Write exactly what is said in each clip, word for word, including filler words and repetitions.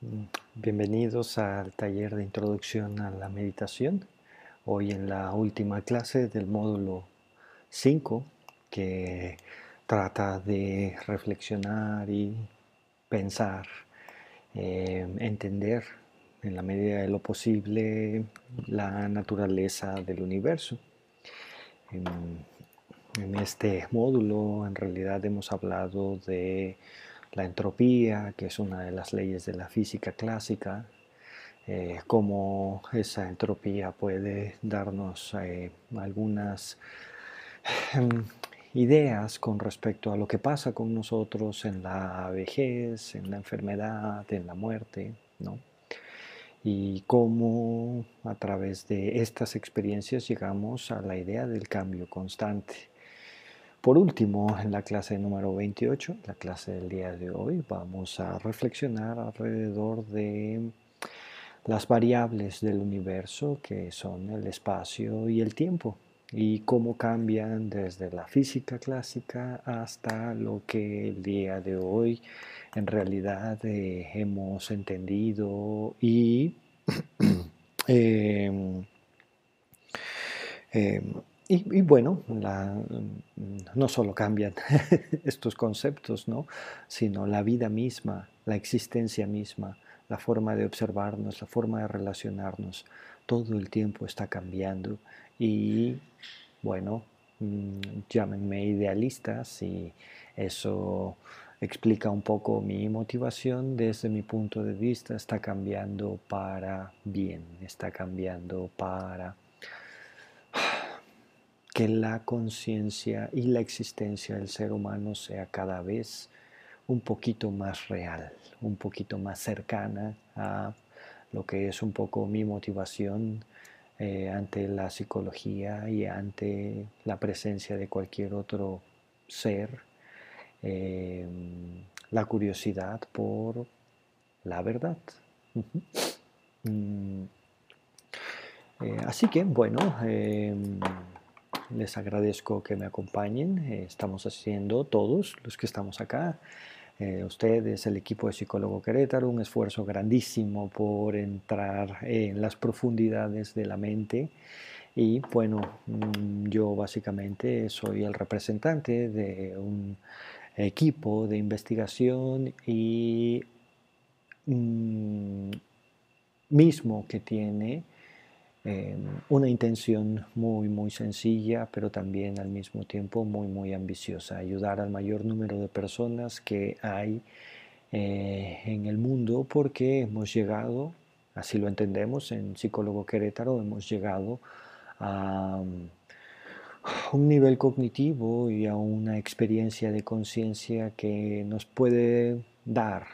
Mm, Bienvenidos al taller de introducción a la meditación. Hoy en la última clase del módulo cinco, que trata de reflexionar y pensar, eh, entender en la medida de lo posible la naturaleza del universo. En, en este módulo en realidad hemos hablado de la entropía, que es una de las leyes de la física clásica, eh, cómo esa entropía puede darnos eh, algunas eh, ideas con respecto a lo que pasa con nosotros en la vejez, en la enfermedad, en la muerte, ¿no? Y cómo a través de estas experiencias llegamos a la idea del cambio constante. Por último, en la clase número veintiocho, la clase del día de hoy, vamos a reflexionar alrededor de las variables del universo, que son el espacio y el tiempo, y cómo cambian desde la física clásica hasta lo que el día de hoy en realidad eh, hemos entendido y eh, eh, y, y, bueno, la, no solo cambian estos conceptos, ¿no? Sino la vida misma, la existencia misma, la forma de observarnos, la forma de relacionarnos, todo el tiempo está cambiando. Y bueno, mmm, llámenme idealista si eso explica un poco mi motivación. Desde mi punto de vista está cambiando para bien, está cambiando para que la conciencia y la existencia del ser humano sea cada vez un poquito más real, un poquito más cercana a lo que es un poco mi motivación eh, ante la psicología y ante la presencia de cualquier otro ser, eh, la curiosidad por la verdad. Uh-huh. Mm, eh, así que, bueno, eh, les agradezco que me acompañen. Eh, estamos haciendo todos los que estamos acá. Eh, ustedes, el equipo de Psicólogo Querétaro, un esfuerzo grandísimo por entrar en las profundidades de la mente. Y bueno, mm, yo básicamente soy el representante de un equipo de investigación y mm, mismo que tiene eh, una intención muy, muy sencilla, pero también al mismo tiempo muy, muy ambiciosa: ayudar al mayor número de personas que hay eh, en el mundo, porque hemos llegado, así lo entendemos en Psicólogo Querétaro, hemos llegado a um, un nivel cognitivo y a una experiencia de conciencia que nos puede dar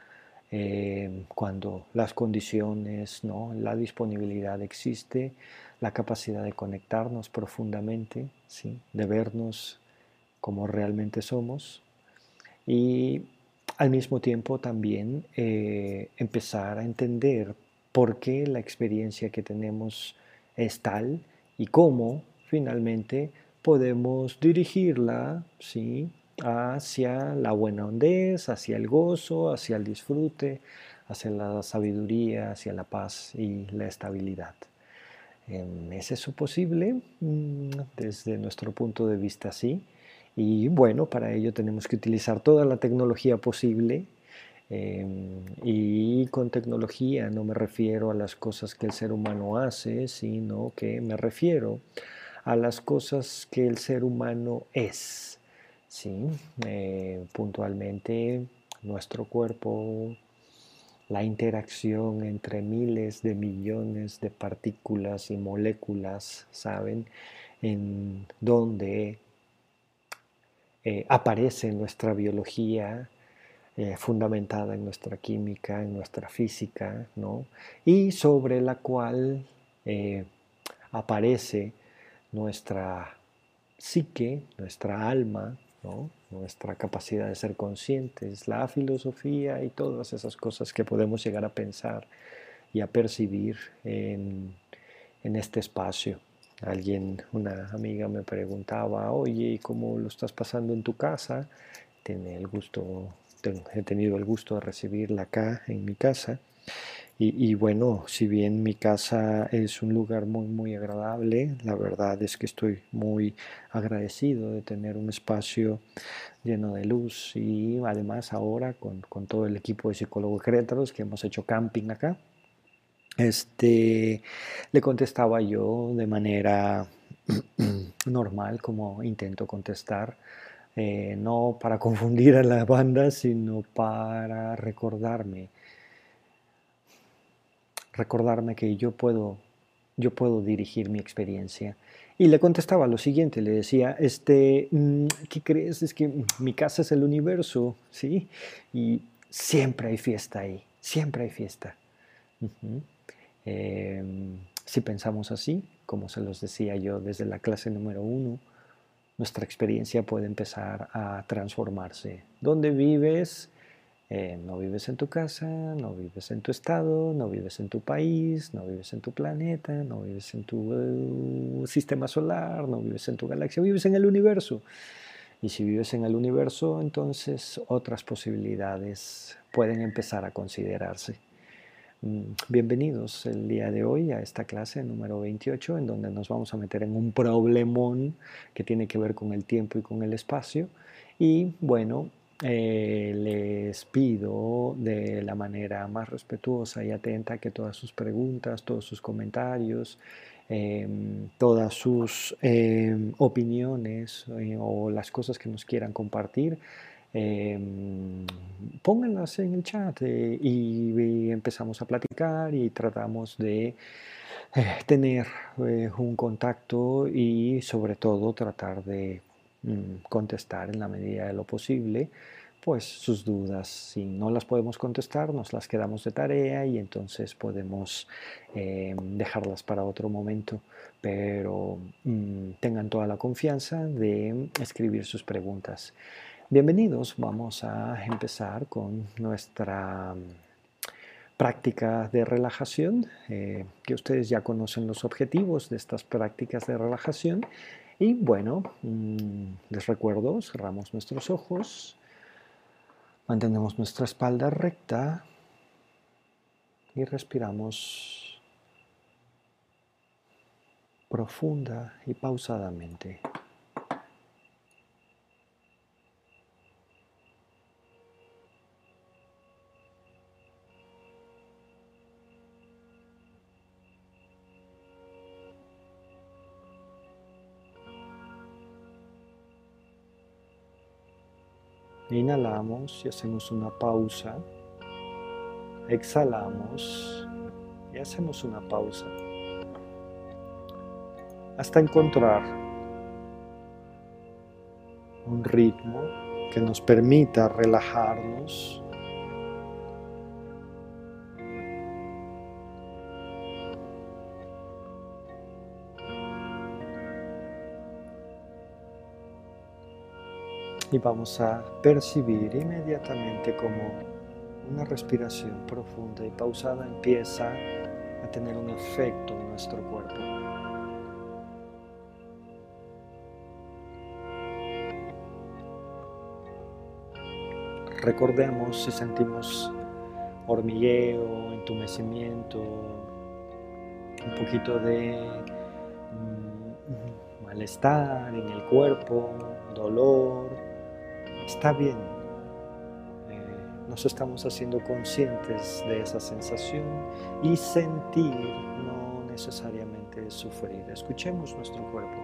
eh, cuando las condiciones, ¿no? La disponibilidad existe, la capacidad de conectarnos profundamente, ¿sí? De vernos como realmente somos y al mismo tiempo también eh, empezar a entender por qué la experiencia que tenemos es tal y cómo finalmente podemos dirigirla, ¿sí? Hacia la buena hondez, hacia el gozo, hacia el disfrute, hacia la sabiduría, hacia la paz y la estabilidad. ¿Es eso posible? Mm, Desde nuestro punto de vista, sí. Y bueno, para ello tenemos que utilizar toda la tecnología posible. Eh, y con tecnología no me refiero a las cosas que el ser humano hace, sino que me refiero a las cosas que el ser humano es. ¿Sí? Eh, puntualmente, nuestro cuerpo, la interacción entre miles de millones de partículas y moléculas, ¿saben? En donde eh, aparece nuestra biología eh, fundamentada en nuestra química, en nuestra física, ¿no? Y sobre la cual eh, aparece nuestra psique, nuestra alma, ¿no? Nuestra capacidad de ser conscientes, la filosofía y todas esas cosas que podemos llegar a pensar y a percibir en, en este espacio. Alguien, una amiga me preguntaba: oye, ¿y cómo lo estás pasando en tu casa? Tiene el gusto he tenido el gusto de recibirla acá en mi casa. Y, y bueno, si bien mi casa es un lugar muy, muy agradable, la verdad es que estoy muy agradecido de tener un espacio lleno de luz y además ahora con, con todo el equipo de psicólogos Querétaros que hemos hecho camping acá, este, le contestaba yo de manera normal como intento contestar, eh, no para confundir a la banda, sino para recordarme recordarme que yo puedo, yo puedo dirigir mi experiencia. Y le contestaba lo siguiente, le decía, este, mm, ¿qué crees? Es que mi casa es el universo, ¿sí? Y siempre hay fiesta ahí, siempre hay fiesta. Ujú. Eh, si pensamos así, como se los decía yo desde la clase número uno, nuestra experiencia puede empezar a transformarse. ¿Dónde vives? Eh, no vives en tu casa, no vives en tu estado, no vives en tu país, no vives en tu planeta, no vives en tu uh, sistema solar, no vives en tu galaxia, vives en el universo. Y si vives en el universo, entonces otras posibilidades pueden empezar a considerarse. Mm, Bienvenidos el día de hoy a esta clase número veintiocho, en donde nos vamos a meter en un problemón que tiene que ver con el tiempo y con el espacio. Y bueno, eh, les pido de la manera más respetuosa y atenta que todas sus preguntas, todos sus comentarios, eh, todas sus eh, opiniones eh, o las cosas que nos quieran compartir, eh, pónganlas en el chat eh, y, y, empezamos a platicar y tratamos de eh, tener eh, un contacto y sobre todo tratar de mm, contestar en la medida de lo posible pues sus dudas. Si no las podemos contestar, nos las quedamos de tarea y entonces podemos eh, dejarlas para otro momento, pero mmm, tengan toda la confianza de escribir sus preguntas. Bienvenidos, vamos a empezar con nuestra práctica de relajación, eh, que ustedes ya conocen los objetivos de estas prácticas de relajación. Y bueno, mmm, les recuerdo, cerramos nuestros ojos, mantenemos nuestra espalda recta y respiramos profunda y pausadamente. Inhalamos y hacemos una pausa. Exhalamos y hacemos una pausa. Hasta encontrar un ritmo que nos permita relajarnos y vamos a percibir inmediatamente como una respiración profunda y pausada empieza a tener un efecto en nuestro cuerpo. Recordemos si sentimos hormigueo, entumecimiento, un poquito de mm, malestar en el cuerpo, dolor, está bien. Eh, nos estamos haciendo conscientes de esa sensación y sentir no necesariamente sufrir. Escuchemos nuestro cuerpo.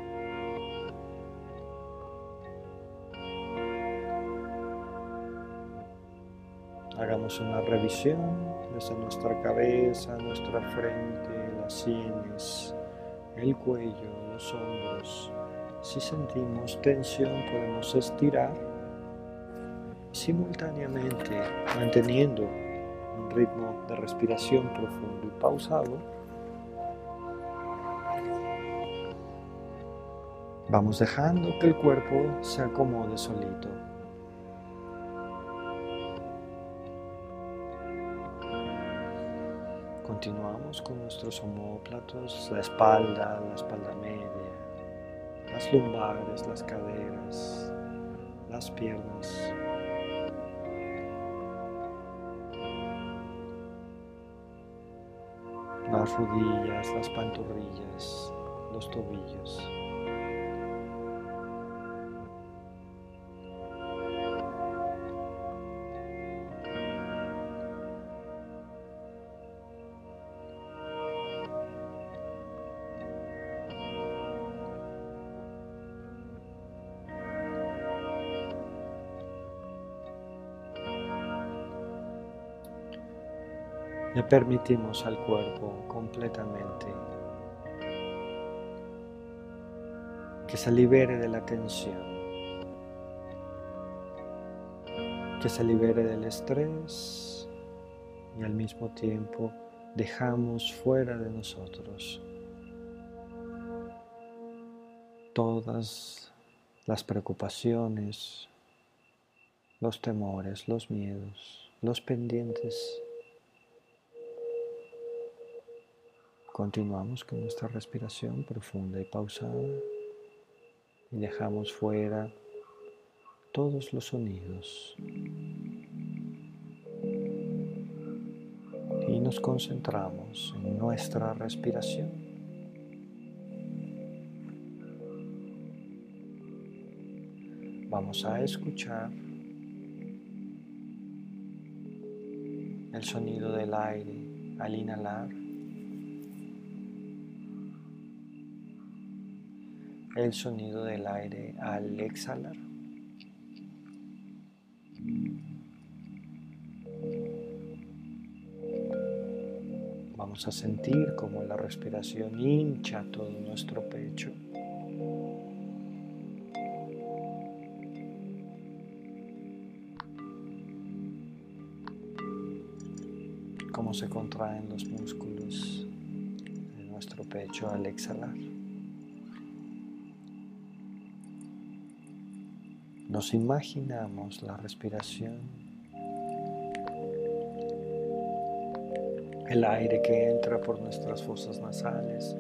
Hagamos una revisión desde nuestra cabeza, nuestra frente, las sienes, el cuello, los hombros. Si sentimos tensión, podemos estirar simultáneamente, manteniendo un ritmo de respiración profundo y pausado. Vamos dejando que el cuerpo se acomode solito. Continuamos con nuestros omóplatos, la espalda, la espalda media, las lumbares, las caderas, las piernas. las rodillas, las pantorrillas, los tobillos. Le permitimos al cuerpo completamente que se libere de la tensión, que se libere del estrés y al mismo tiempo dejamos fuera de nosotros todas las preocupaciones, los temores, los miedos, los pendientes. Continuamos con nuestra respiración profunda y pausada y dejamos fuera todos los sonidos y nos concentramos en nuestra respiración. Vamos a escuchar el sonido del aire al inhalar, el sonido del aire al exhalar. Vamos a sentir cómo la respiración hincha todo nuestro pecho. Cómo se contraen los músculos de nuestro pecho al exhalar. Nos imaginamos la respiración, el aire que entra por nuestras fosas nasales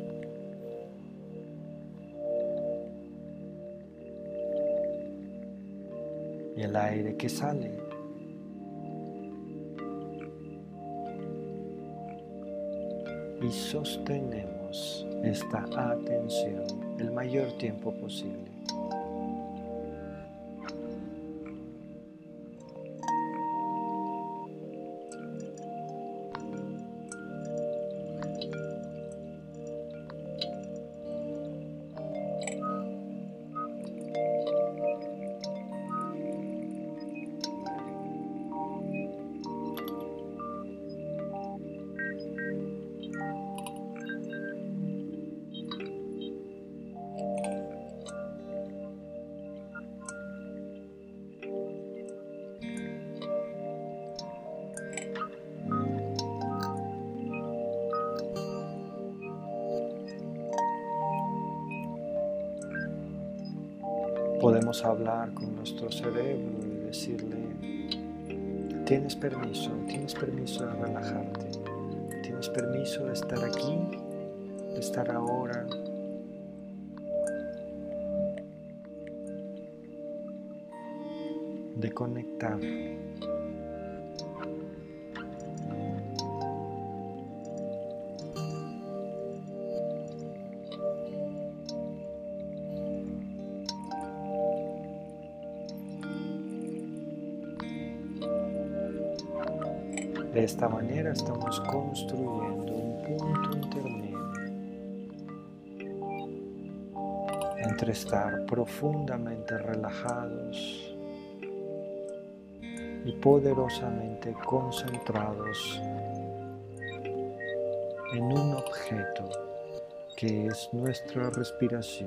y el aire que sale. Y sostenemos esta atención el mayor tiempo posible. Podemos hablar con nuestro cerebro y decirle, tienes permiso, tienes permiso de relajarte, tienes permiso de estar aquí, de estar ahora, de conectar. De esta manera estamos construyendo un punto intermedio entre estar profundamente relajados y poderosamente concentrados en un objeto que es nuestra respiración.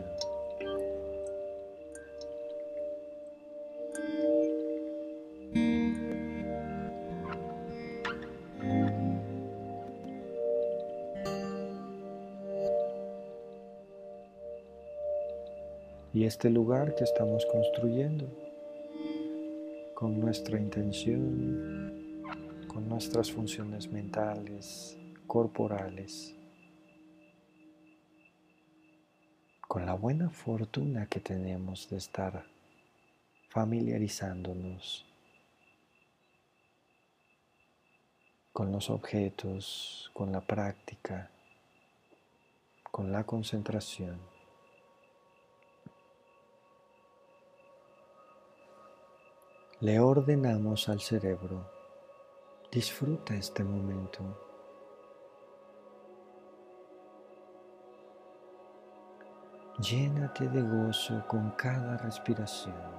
Y este lugar que estamos construyendo con nuestra intención, con nuestras funciones mentales, corporales, con la buena fortuna que tenemos de estar familiarizándonos con los objetos, con la práctica, con la concentración. Le ordenamos al cerebro, disfruta este momento. Llénate de gozo con cada respiración.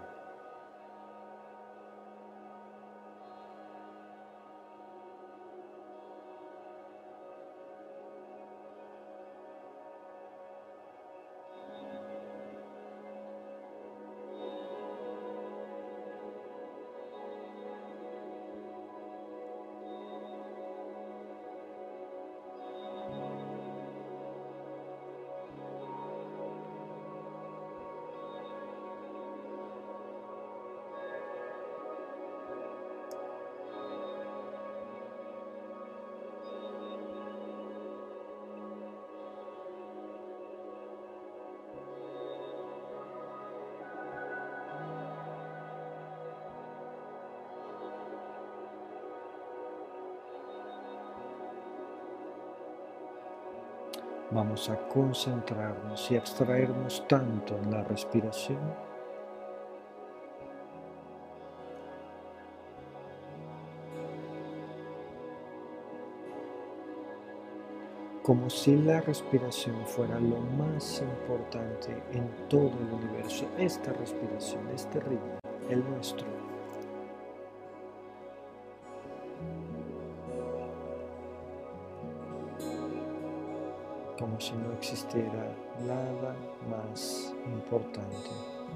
Vamos a concentrarnos y abstraernos tanto en la respiración como si la respiración fuera lo más importante en todo el universo. Esta respiración, este ritmo, el nuestro. Como si no existiera nada más importante.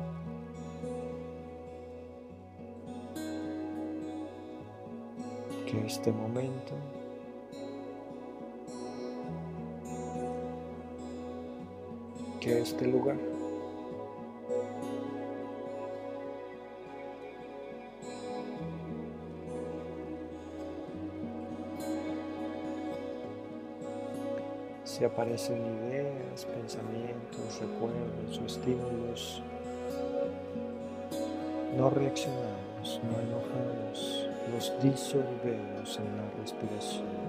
Que este momento, que este lugar. Si aparecen ideas, pensamientos, recuerdos o estímulos, no reaccionamos, no enojamos, los disolvemos en la respiración.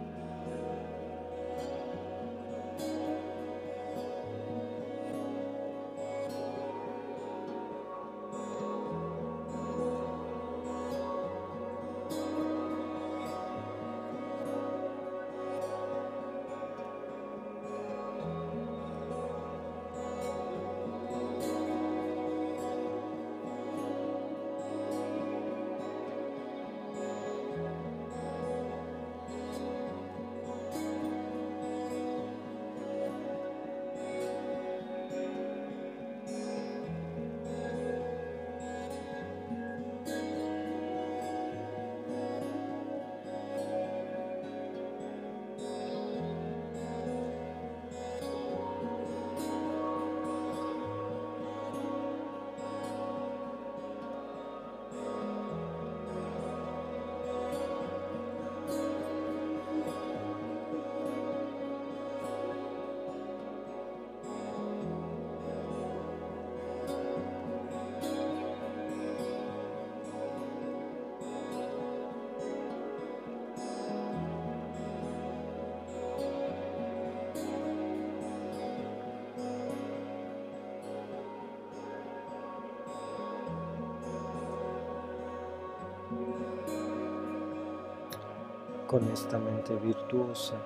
Con esta mente virtuosa,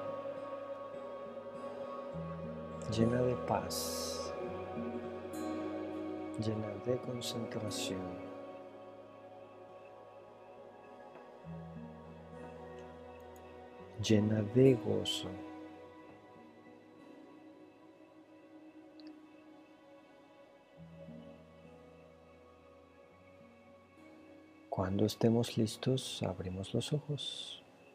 llena de paz, llena de concentración, llena de gozo. Cuando estemos listos, abrimos los ojos.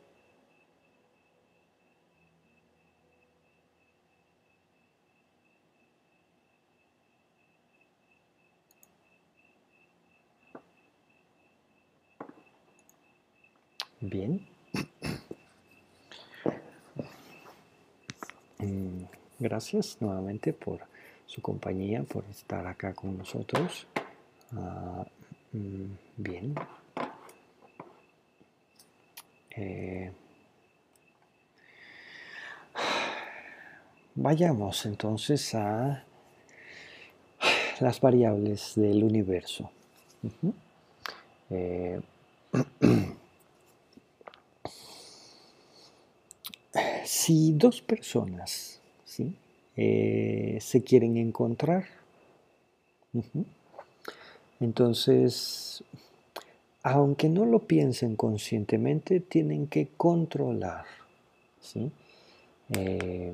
Bien. Gracias nuevamente por su compañía, por estar acá con nosotros. Uh, bien. Eh, vayamos entonces a las variables del universo. Uh-huh. eh, si dos personas, ¿sí? eh, se quieren encontrar, uh-huh, entonces, aunque no lo piensen conscientemente, tienen que controlar, ¿sí? Eh,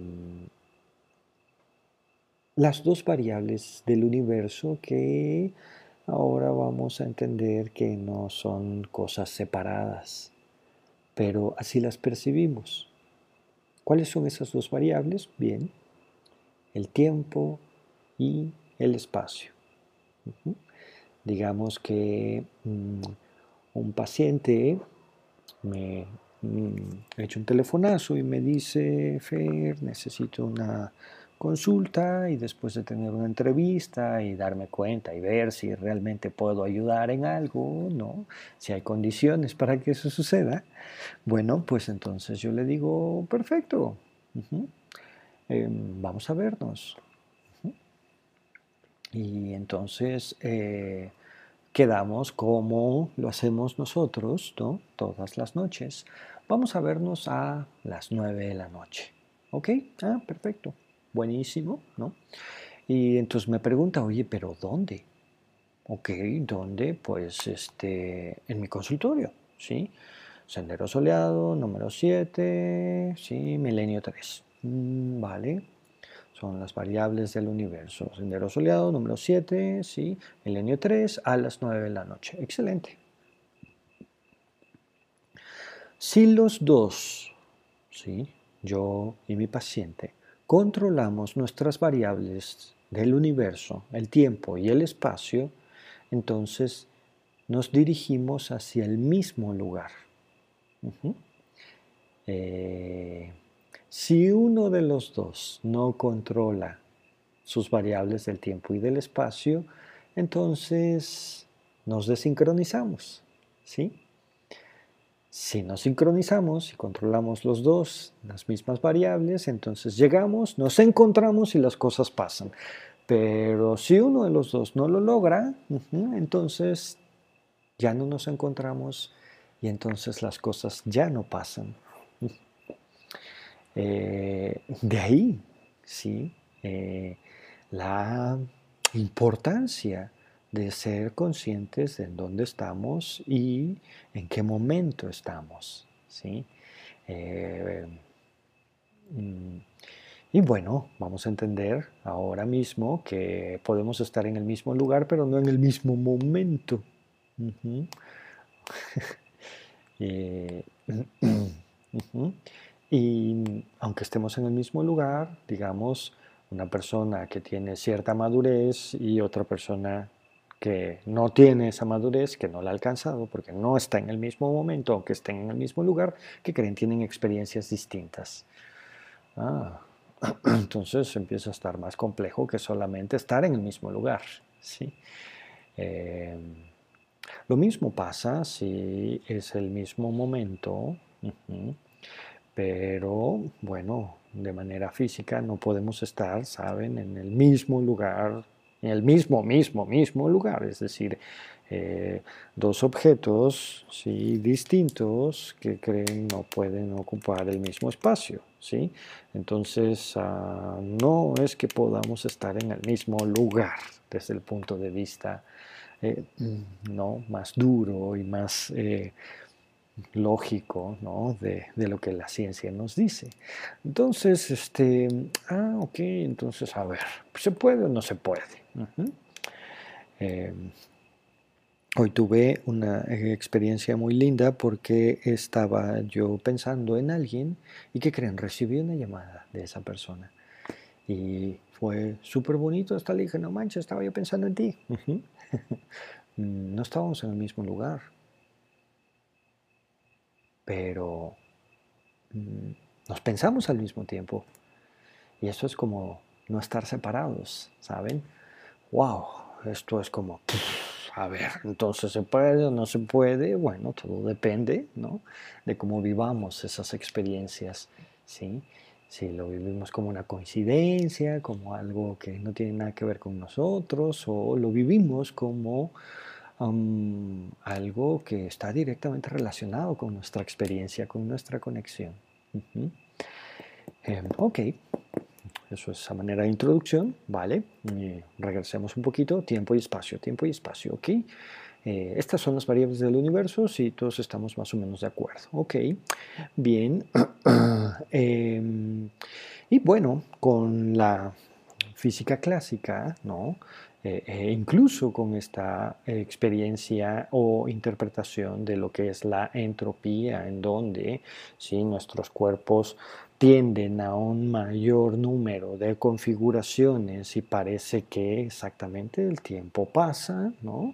las dos variables del universo que ahora vamos a entender que no son cosas separadas, pero así las percibimos. ¿Cuáles son esas dos variables? Bien, el tiempo y el espacio. Uh-huh. Digamos que mmm, un paciente me mm, echa un telefonazo y me dice, Fer, necesito una consulta y después de tener una entrevista y darme cuenta y ver si realmente puedo ayudar en algo, ¿no? Si hay condiciones para que eso suceda, bueno, pues entonces yo le digo, perfecto, uh-huh, eh, vamos a vernos. Uh-huh. Y entonces eh, quedamos como lo hacemos nosotros, ¿no? Todas las noches. Vamos a vernos a las nueve de la noche. ¿Ok? Ah, perfecto. Buenísimo, ¿no? Y entonces me pregunta, oye, ¿pero dónde? Ok, ¿dónde? Pues este, en mi consultorio, ¿sí? Sendero Soleado, número siete, sí, Milenio tres. Mm, vale, son las variables del universo. Sendero Soleado, número siete, sí, Milenio tres, a las nueve de la noche. Excelente. Si los dos, sí, yo y mi paciente, controlamos nuestras variables del universo, el tiempo y el espacio, entonces nos dirigimos hacia el mismo lugar. Uh-huh. Eh, si uno de los dos no controla sus variables del tiempo y del espacio, entonces nos desincronizamos, ¿sí? Si nos sincronizamos y controlamos los dos las mismas variables, entonces llegamos, nos encontramos y las cosas pasan. Pero si uno de los dos no lo logra, uh-huh, entonces ya no nos encontramos y entonces las cosas ya no pasan. Eh, de ahí, sí, eh, la importancia de ser conscientes de en dónde estamos y en qué momento estamos, ¿sí? Eh, mm, y bueno, vamos a entender ahora mismo que podemos estar en el mismo lugar, pero no en el mismo momento. Uh-huh. Eh, uh-huh. Y aunque estemos en el mismo lugar, digamos, una persona que tiene cierta madurez y otra persona que no tiene esa madurez, que no la ha alcanzado porque no está en el mismo momento, aunque estén en el mismo lugar, que creen tienen experiencias distintas. Ah, entonces empieza a estar más complejo que solamente estar en el mismo lugar, ¿sí? Eh, lo mismo pasa si es el mismo momento, uh-huh, pero bueno, de manera física no podemos estar, ¿saben?, en el mismo lugar, en el mismo, mismo, mismo lugar, es decir, eh, dos objetos, ¿sí?, distintos que creen no pueden ocupar el mismo espacio, ¿sí? Entonces, uh, no es que podamos estar en el mismo lugar desde el punto de vista eh, ¿no?, más duro y más eh, lógico, ¿no?, de, de lo que la ciencia nos dice. Entonces, este, ah, ok, entonces, a ver, ¿se puede o no se puede? Uh-huh. Eh, hoy tuve una experiencia muy linda porque estaba yo pensando en alguien y, ¿qué creen?, recibí una llamada de esa persona y fue súper bonito. Hasta le dije, no manches, estaba yo pensando en ti. Uh-huh. No estábamos en el mismo lugar, pero mm, nos pensamos al mismo tiempo. Y eso es como no estar separados, ¿saben? ¡Wow! Esto es como, pff, a ver, entonces se puede o no se puede. Bueno, todo depende, ¿no?, de cómo vivamos esas experiencias, ¿sí? Si lo vivimos como una coincidencia, como algo que no tiene nada que ver con nosotros, o lo vivimos como um, algo que está directamente relacionado con nuestra experiencia, con nuestra conexión. Uh-huh. Eh, ok, eso es a manera de introducción, ¿vale? Y regresemos un poquito, tiempo y espacio, tiempo y espacio, ¿ok? Eh, estas son las variables del universo, si todos estamos más o menos de acuerdo, ¿ok? Bien. eh, y bueno, con la física clásica, ¿no? Eh, eh, incluso con esta experiencia o interpretación de lo que es la entropía, en donde ¿sí? nuestros cuerpos tienden a un mayor número de configuraciones y parece que exactamente el tiempo pasa, ¿no?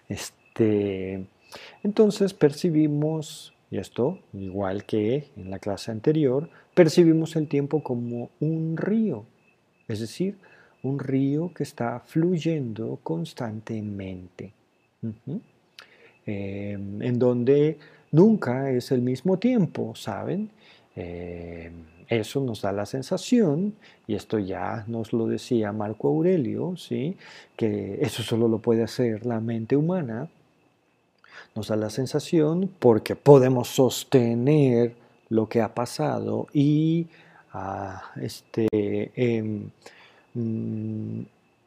Este, entonces percibimos, y esto igual que en la clase anterior, percibimos el tiempo como un río, es decir, un río que está fluyendo constantemente, uh-huh. eh, en donde nunca es el mismo tiempo, ¿saben? Eh, eso nos da la sensación, y esto ya nos lo decía Marco Aurelio, ¿sí? Que eso solo lo puede hacer la mente humana. Nos da la sensación porque podemos sostener lo que ha pasado y ah, este, eh, mm,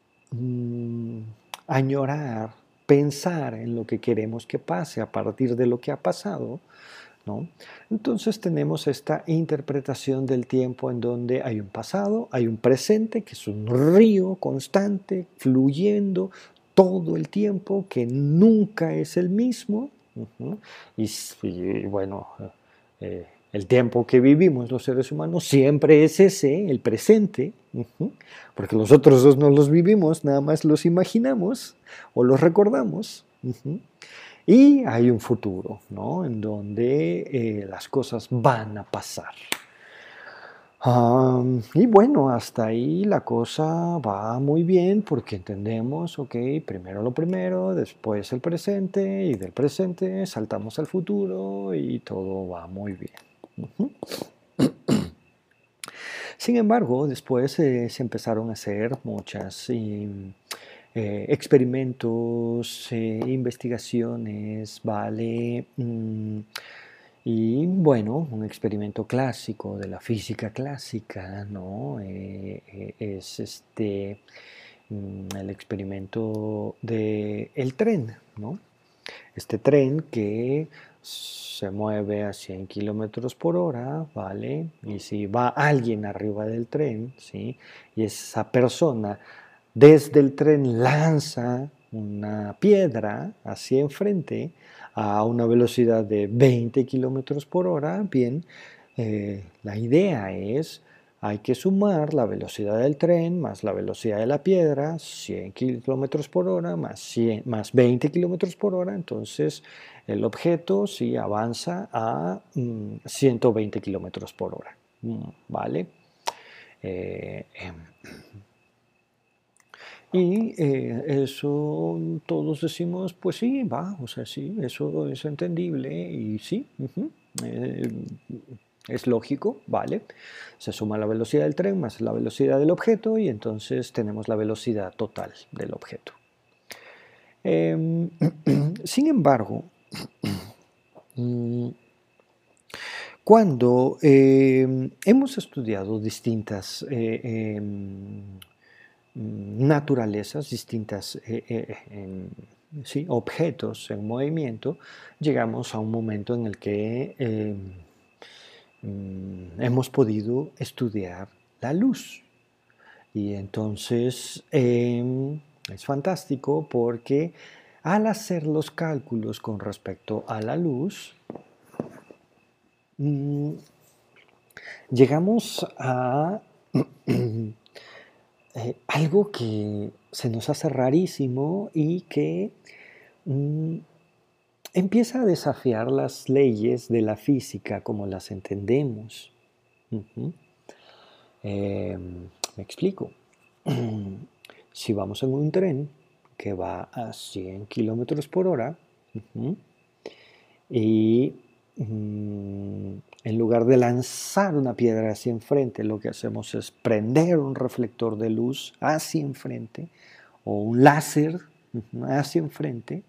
mm, añorar, pensar en lo que queremos que pase a partir de lo que ha pasado, ¿no? Entonces tenemos esta interpretación del tiempo en donde hay un pasado, hay un presente, que es un río constante, fluyendo todo el tiempo, que nunca es el mismo. Uh-huh. y, y, bueno, eh, el tiempo que vivimos los seres humanos siempre es ese, el presente, uh-huh, porque los otros dos no los vivimos, nada más los imaginamos o los recordamos. Uh-huh. Y hay un futuro, ¿no? En donde eh, las cosas van a pasar. Um, y bueno, hasta ahí la cosa va muy bien porque entendemos, ok, primero lo primero, después el presente y del presente saltamos al futuro y todo va muy bien. Uh-huh. Sin embargo, después eh, se empezaron a hacer muchas eh, eh, experimentos, eh, investigaciones, ¿vale? Mm, y bueno, un experimento clásico de la física clásica, ¿no? Eh, eh, es este, mm, el experimento del el tren, ¿no? Este tren que se mueve a cien kilómetros por hora, ¿vale? Y si va alguien arriba del tren, ¿sí? Y esa persona desde el tren lanza una piedra hacia enfrente a una velocidad de veinte kilómetros por hora, bien, eh, la idea es, hay que sumar la velocidad del tren más la velocidad de la piedra, cien kilómetros por hora más, cien, más veinte kilómetros por hora, entonces el objeto sí avanza a mm, ciento veinte kilómetros por hora, mm, ¿vale? Eh, eh, y eh, eso todos decimos, pues sí, va, o sea, sí, eso es entendible y sí, uh-huh, eh, es lógico, ¿vale? Se suma la velocidad del tren más la velocidad del objeto y entonces tenemos la velocidad total del objeto. Eh, sin embargo, cuando eh, hemos estudiado distintas eh, eh, naturalezas, distintas eh, eh, eh, sí, objetos en movimiento, llegamos a un momento en el que eh, mm, hemos podido estudiar la luz. Y entonces eh, es fantástico porque al hacer los cálculos con respecto a la luz, mmm, llegamos a eh, algo que se nos hace rarísimo y que mm, empieza a desafiar las leyes de la física como las entendemos. Uh-huh. Eh, me explico. Si vamos en un tren que va a cien kilómetros por hora uh-huh, y mm, en lugar de lanzar una piedra hacia enfrente, lo que hacemos es prender un reflector de luz hacia enfrente o un láser hacia enfrente.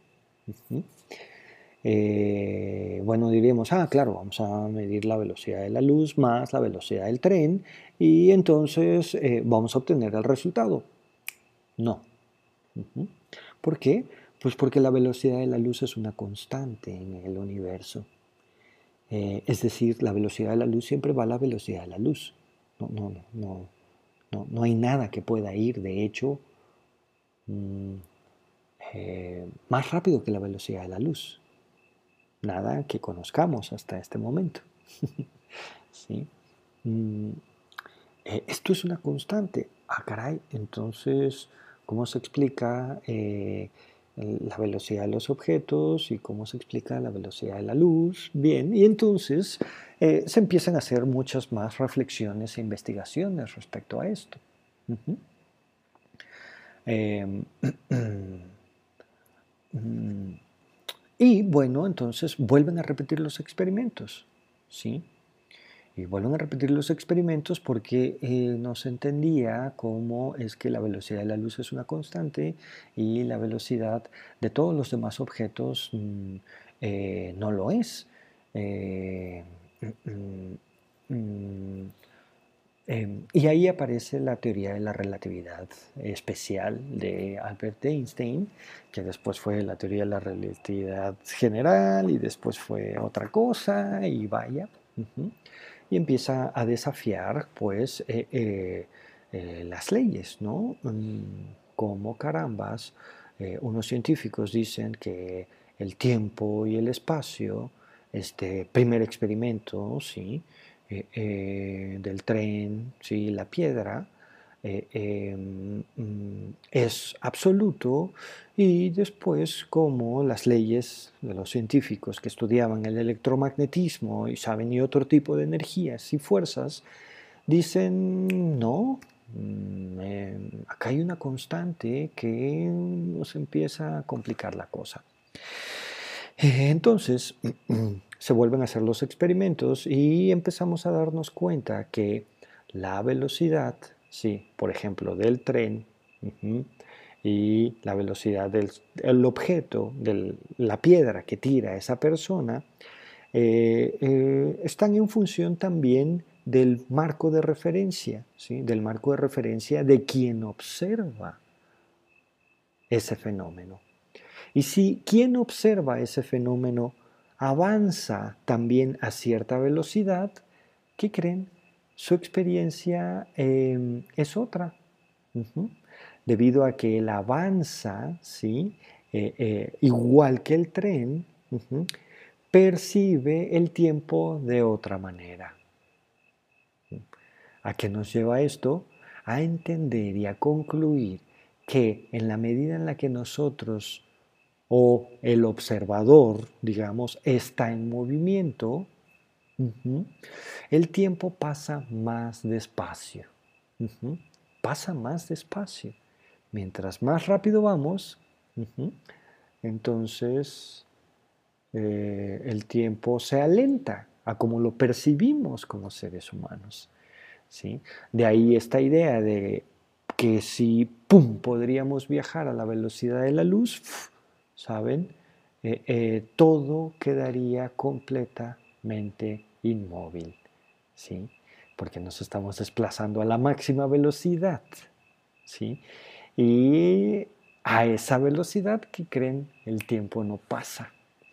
Eh, bueno, diríamos, ah, claro, vamos a medir la velocidad de la luz más la velocidad del tren y entonces eh, vamos a obtener el resultado. No. Uh-huh. ¿Por qué? Pues porque la velocidad de la luz es una constante en el universo. Eh, es decir, la velocidad de la luz siempre va a la velocidad de la luz. No, no, no, no, no hay nada que pueda ir, de hecho, mmm, eh, más rápido que la velocidad de la luz. Nada que conozcamos hasta este momento. ¿Sí? Mm, eh, esto es una constante. Ah, caray, entonces, ¿cómo se explica eh, la velocidad de los objetos y cómo se explica la velocidad de la luz? Bien, y entonces eh, se empiezan a hacer muchas más reflexiones e investigaciones respecto a esto. Uh-huh. eh, Y bueno, entonces vuelven a repetir los experimentos, ¿sí? Y vuelven a repetir los experimentos porque eh, no se entendía cómo es que la velocidad de la luz es una constante y la velocidad de todos los demás objetos mm, eh, no lo es. Eh, mm, mm, eh, y ahí aparece la teoría de la relatividad especial de Albert Einstein, que después fue la teoría de la relatividad general y después fue otra cosa y vaya. Uh-huh. Y empieza a desafiar pues eh, eh, eh, las leyes, ¿no? Como carambas, eh, unos científicos dicen que el tiempo y el espacio, este primer experimento, ¿sí? Eh, eh, del tren, ¿sí? La piedra, eh, eh, mm, es absoluto y después como las leyes de los científicos que estudiaban el electromagnetismo y saben y otro tipo de energías y fuerzas, dicen no, mm, eh, acá hay una constante que nos empieza a complicar la cosa. Eh, entonces, se vuelven a hacer los experimentos y empezamos a darnos cuenta que la velocidad, sí, por ejemplo, del tren uh-huh, y la velocidad del el objeto, de la piedra que tira esa persona, eh, eh, están en función también del marco de referencia, ¿sí? Del marco de referencia de quien observa ese fenómeno. Y si quien observa ese fenómeno avanza también a cierta velocidad, ¿qué creen? Su experiencia eh, es otra. Uh-huh. Debido a que él avanza, ¿sí? Eh, eh, igual que el tren, uh-huh, percibe el tiempo de otra manera. ¿A qué nos lleva esto? A entender y a concluir que en la medida en la que nosotros o el observador, digamos, está en movimiento, uh-huh, el tiempo pasa más despacio. Uh-huh, pasa más despacio. Mientras más rápido vamos, uh-huh, entonces eh, el tiempo se alenta a como lo percibimos como seres humanos. ¿Sí? De ahí esta idea de que si pum, podríamos viajar a la velocidad de la luz, ¿saben? Eh, eh, todo quedaría completamente inmóvil, ¿sí? Porque nos estamos desplazando a la máxima velocidad, ¿sí? Y a esa velocidad, ¿qué creen? El tiempo no pasa.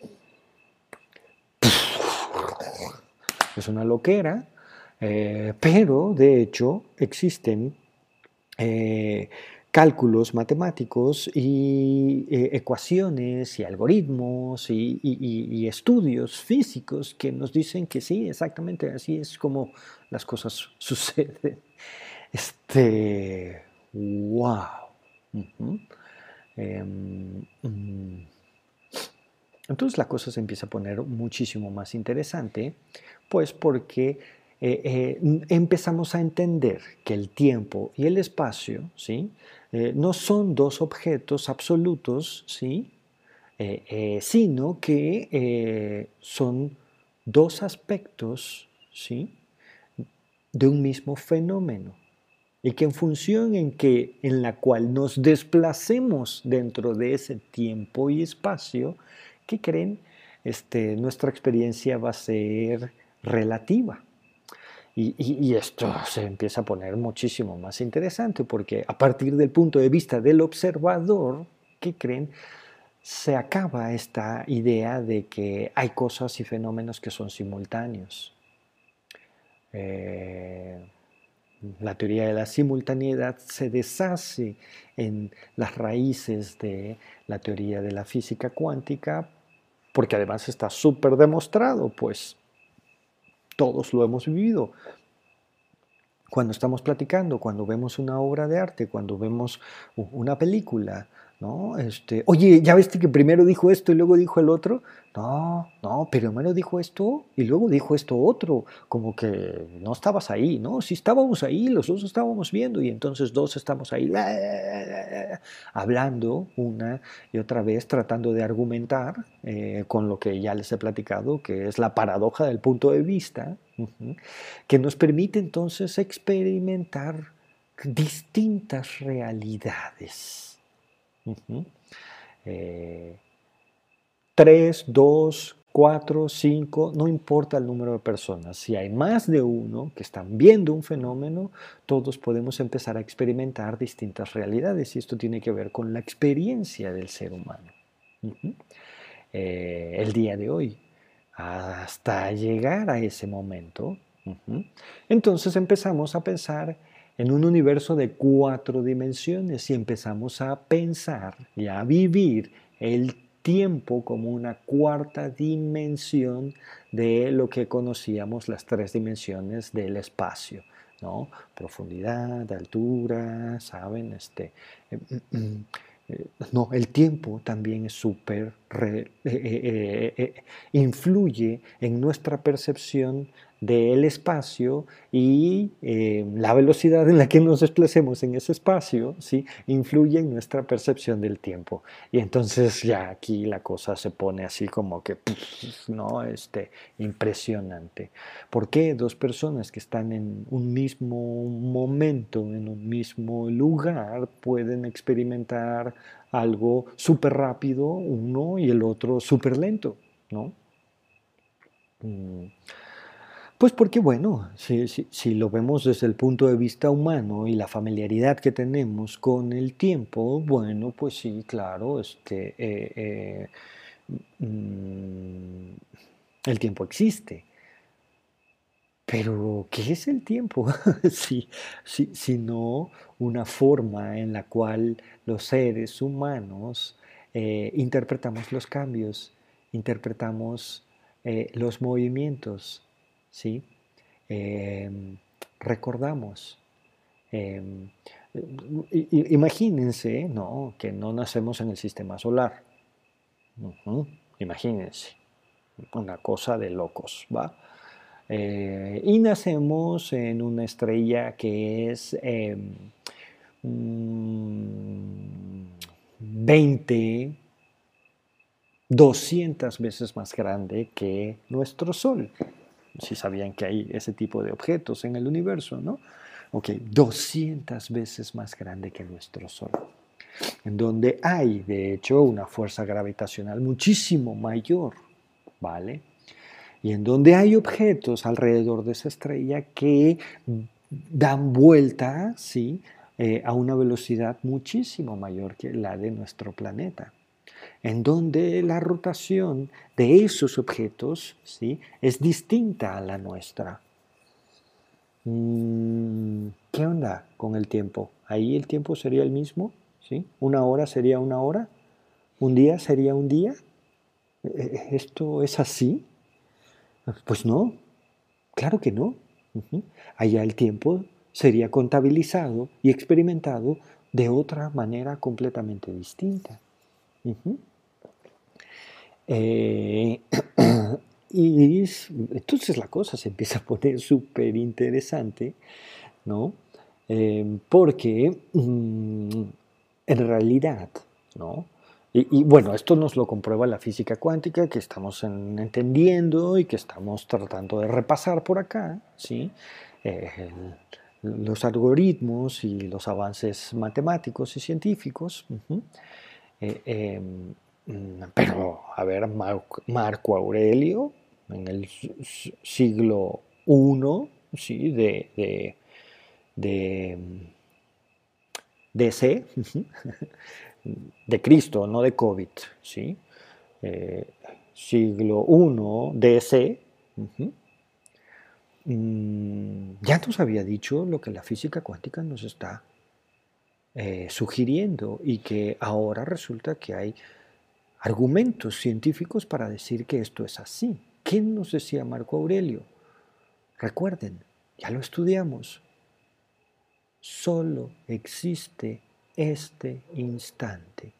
Es una loquera, eh, pero de hecho existen eh, cálculos matemáticos y eh, ecuaciones y algoritmos y, y, y, estudios físicos que nos dicen que sí, exactamente así es como las cosas suceden. Este, wow. Uh-huh. eh, um, entonces la cosa se empieza a poner muchísimo más interesante, pues porque eh, eh, empezamos a entender que el tiempo y el espacio, ¿sí? Eh, no son dos objetos absolutos, ¿sí? Eh, eh, sino que eh, son dos aspectos ¿sí? De un mismo fenómeno. Y que en función en, que, en la cual nos desplacemos dentro de ese tiempo y espacio, ¿qué creen? Este, nuestra experiencia va a ser relativa. Y, y, y, esto se empieza a poner muchísimo más interesante porque a partir del punto de vista del observador, ¿qué creen? Se acaba esta idea de que hay cosas y fenómenos que son simultáneos. Eh, la teoría de la simultaneidad se deshace en las raíces de la teoría de la física cuántica porque además está súper demostrado, pues todos lo hemos vivido. Cuando estamos platicando, cuando vemos una obra de arte, cuando vemos una película, ¿no? Este, oye, ¿ya viste que primero dijo esto y luego dijo el otro? No, no, primero dijo esto y luego dijo esto otro, como que no estabas ahí, ¿no? Sí estábamos ahí, los dos estábamos viendo y entonces dos estamos ahí hablando una y otra vez, tratando de argumentar eh, con lo que ya les he platicado, que es la paradoja del punto de vista, uh-huh, que nos permite entonces experimentar distintas realidades. Uh-huh. Eh, tres, dos, cuatro, cinco, no importa el número de personas. Si hay más de uno que están viendo un fenómeno, todos podemos empezar a experimentar distintas realidades y esto tiene que ver con la experiencia del ser humano. Uh-huh. Eh, el día de hoy, hasta llegar a ese momento, uh-huh, entonces empezamos a pensar en un universo de cuatro dimensiones y empezamos a pensar y a vivir el tiempo como una cuarta dimensión de lo que conocíamos las tres dimensiones del espacio, ¿no? Profundidad, altura, ¿saben? Este, eh, eh, no, el tiempo también es súper, eh, eh, eh, influye en nuestra percepción del espacio y eh, la velocidad en la que nos desplacemos en ese espacio, ¿sí? Influye en nuestra percepción del tiempo. Y entonces ya aquí la cosa se pone así como que, ¿no? Este, impresionante. ¿Por qué dos personas que están en un mismo momento, en un mismo lugar, pueden experimentar algo súper rápido uno y el otro súper lento, ¿no? Pues porque, bueno, si, si, si, lo vemos desde el punto de vista humano y la familiaridad que tenemos con el tiempo, bueno, pues sí, claro, este, eh, eh, mm, el tiempo existe. Pero, ¿qué es el tiempo? si, si, si no una forma en la cual los seres humanos eh, interpretamos los cambios, interpretamos eh, los movimientos, ¿sí? Eh, recordamos. Eh, imagínense, ¿no? Que no nacemos en el sistema solar. Uh-huh. Imagínense, una cosa de locos, ¿va? Eh, y nacemos en una estrella que es eh, veinte, doscientas veces más grande que nuestro Sol. Si sabían que hay ese tipo de objetos en el universo, ¿no? Ok, doscientas veces más grande que nuestro Sol. En donde hay, de hecho, una fuerza gravitacional muchísimo mayor, ¿vale? Y en donde hay objetos alrededor de esa estrella que dan vuelta, ¿sí? eh, a una velocidad muchísimo mayor que la de nuestro planeta, en donde la rotación de esos objetos, ¿sí? es distinta a la nuestra. ¿Qué onda con el tiempo? ¿Ahí el tiempo sería el mismo? ¿Sí? ¿Una hora sería una hora? ¿Un día sería un día? ¿Esto es así? Pues no, claro que no. Uh-huh. Allá el tiempo sería contabilizado y experimentado de otra manera completamente distinta. Uh-huh. Eh, y entonces la cosa se empieza a poner súper interesante, ¿no? Eh, porque mm, en realidad, ¿no? Y, y, bueno, esto nos lo comprueba la física cuántica que estamos en, entendiendo y que estamos tratando de repasar por acá, ¿sí? Eh, el, los algoritmos y los avances matemáticos y científicos. Uh-huh. eh, eh, pero, a ver, Marco, Marco Aurelio, en el siglo primero, ¿sí? de, de, de D C, de Cristo, no de COVID, ¿sí? Eh, siglo primero D C, uh-huh. mm, ya nos había dicho lo que la física cuántica nos está eh, sugiriendo y que ahora resulta que hay argumentos científicos para decir que esto es así. ¿Qué nos decía Marco Aurelio? Recuerden, ya lo estudiamos. Solo existe este instante.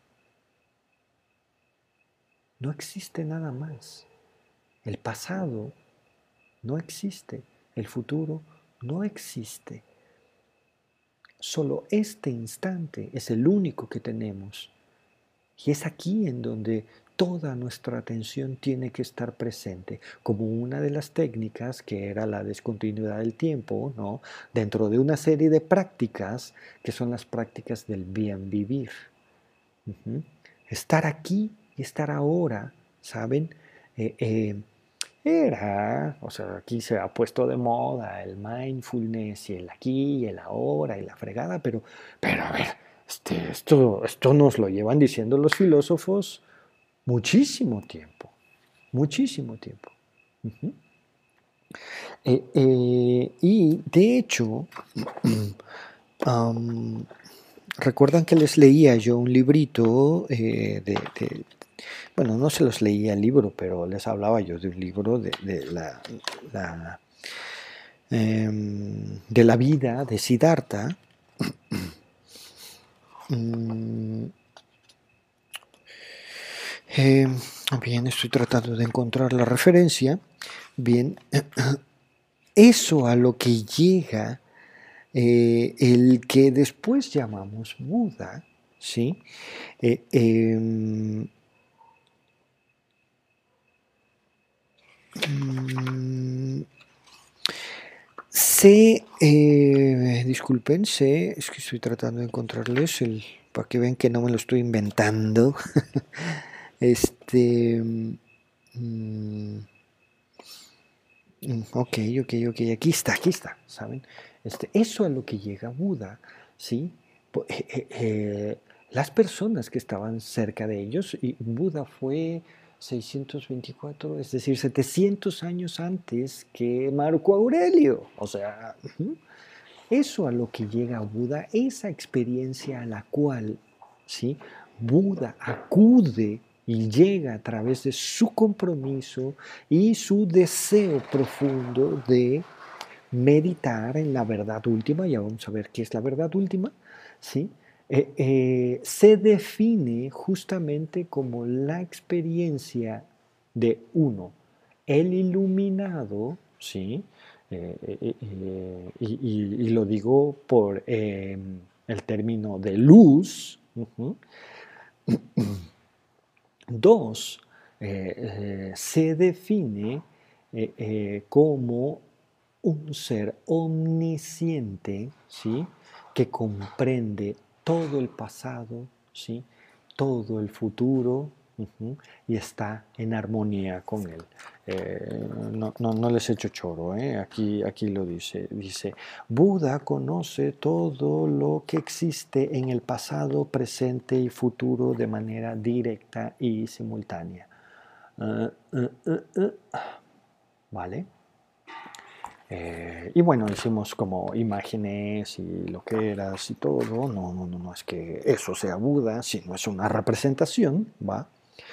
No existe nada más. El pasado no existe. El futuro no existe. Solo este instante es el único que tenemos. Y es aquí en donde toda nuestra atención tiene que estar presente, como una de las técnicas que era la discontinuidad del tiempo, ¿no? Dentro de una serie de prácticas que son las prácticas del bien vivir. Uh-huh. Estar aquí y estar ahora, ¿saben? Eh, eh, era, o sea, aquí se ha puesto de moda el mindfulness y el aquí y el ahora y la fregada, pero, pero a ver, este, esto, esto nos lo llevan diciendo los filósofos muchísimo tiempo, muchísimo tiempo. Uh-huh. eh, eh, y de hecho, um, recuerdan que les leía yo un librito eh, de, de, bueno, no se los leía el libro, pero les hablaba yo de un libro de, de la, la eh, de la vida de Siddhartha. mm, eh, bien, estoy tratando de encontrar la referencia. Bien, eso a lo que llega eh, el que después llamamos Buda, ¿sí? Eh, eh, sé, eh, disculpen, sé, es que estoy tratando de encontrarles el, para que vean que no me lo estoy inventando. este, mm, ok, ok, ok, aquí está, aquí está, ¿saben? Este, eso a lo que llega Buda, ¿sí? Eh, eh, eh, las personas que estaban cerca de ellos, y Buda fue seiscientos veinticuatro, es decir, setecientos años antes que Marco Aurelio. O sea, eso a lo que llega Buda, esa experiencia a la cual, ¿sí? Buda acude y llega a través de su compromiso y su deseo profundo de meditar en la verdad última, ya vamos a ver qué es la verdad última, ¿sí? Eh, eh, se define justamente como la experiencia de uno, el iluminado, ¿sí? Eh, eh, eh, y, y, y, lo digo por eh, el término de luz. Uh-huh. Dos, eh, eh, se define eh, eh, como un ser omnisciente, ¿sí? Que comprende todo el pasado, ¿sí? Todo el futuro, uh-huh, y está en armonía con él. Eh, no, no, no, les echo choro, ¿eh? aquí, aquí lo dice. Dice, Buda conoce todo lo que existe en el pasado, presente y futuro de manera directa y simultánea. Uh, uh, uh, uh. ¿Vale? Eh, y bueno, hicimos como imágenes y lo que eras y todo. No, no, no, no es que eso sea Buda, sino es una representación, ¿va?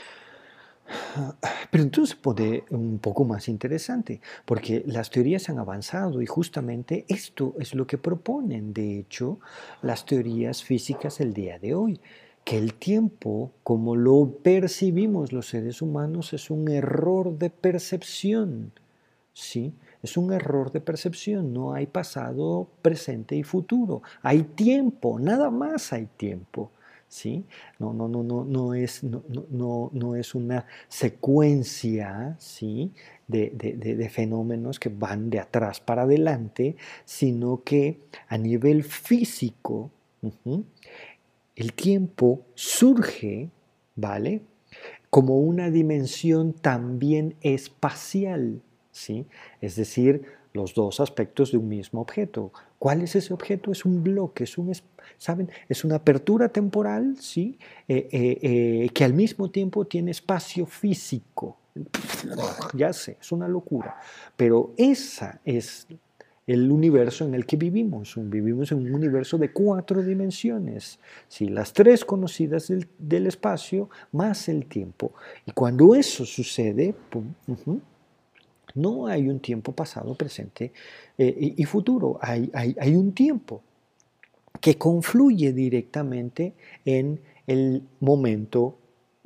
Pero entonces se pone un poco más interesante, porque las teorías han avanzado y justamente esto es lo que proponen, de hecho, las teorías físicas el día de hoy, que el tiempo, como lo percibimos los seres humanos, es un error de percepción, ¿sí? Es un error de percepción, no hay pasado, presente y futuro, hay tiempo, nada más hay tiempo. ¿sí? No, no, no, no, no es, no, no, no, no es una secuencia, ¿sí? De, de, de, de fenómenos que van de atrás para adelante, sino que a nivel físico, uh-huh, el tiempo surge, ¿vale? Como una dimensión también espacial, ¿sí? Es decir, los dos aspectos de un mismo objeto. ¿Cuál es ese objeto? Es un bloque, es un, ¿saben? Es una apertura temporal, ¿sí? Eh, eh, eh, que al mismo tiempo tiene espacio físico. Ya sé, es una locura, pero esa es el universo en el que vivimos. Vivimos en un universo de cuatro dimensiones, ¿sí? Las tres conocidas del, del espacio más el tiempo. Y cuando eso sucede, pum, uh-huh, no hay un tiempo pasado, presente eh, y, y, futuro. Hay, hay, hay un tiempo que confluye directamente en el momento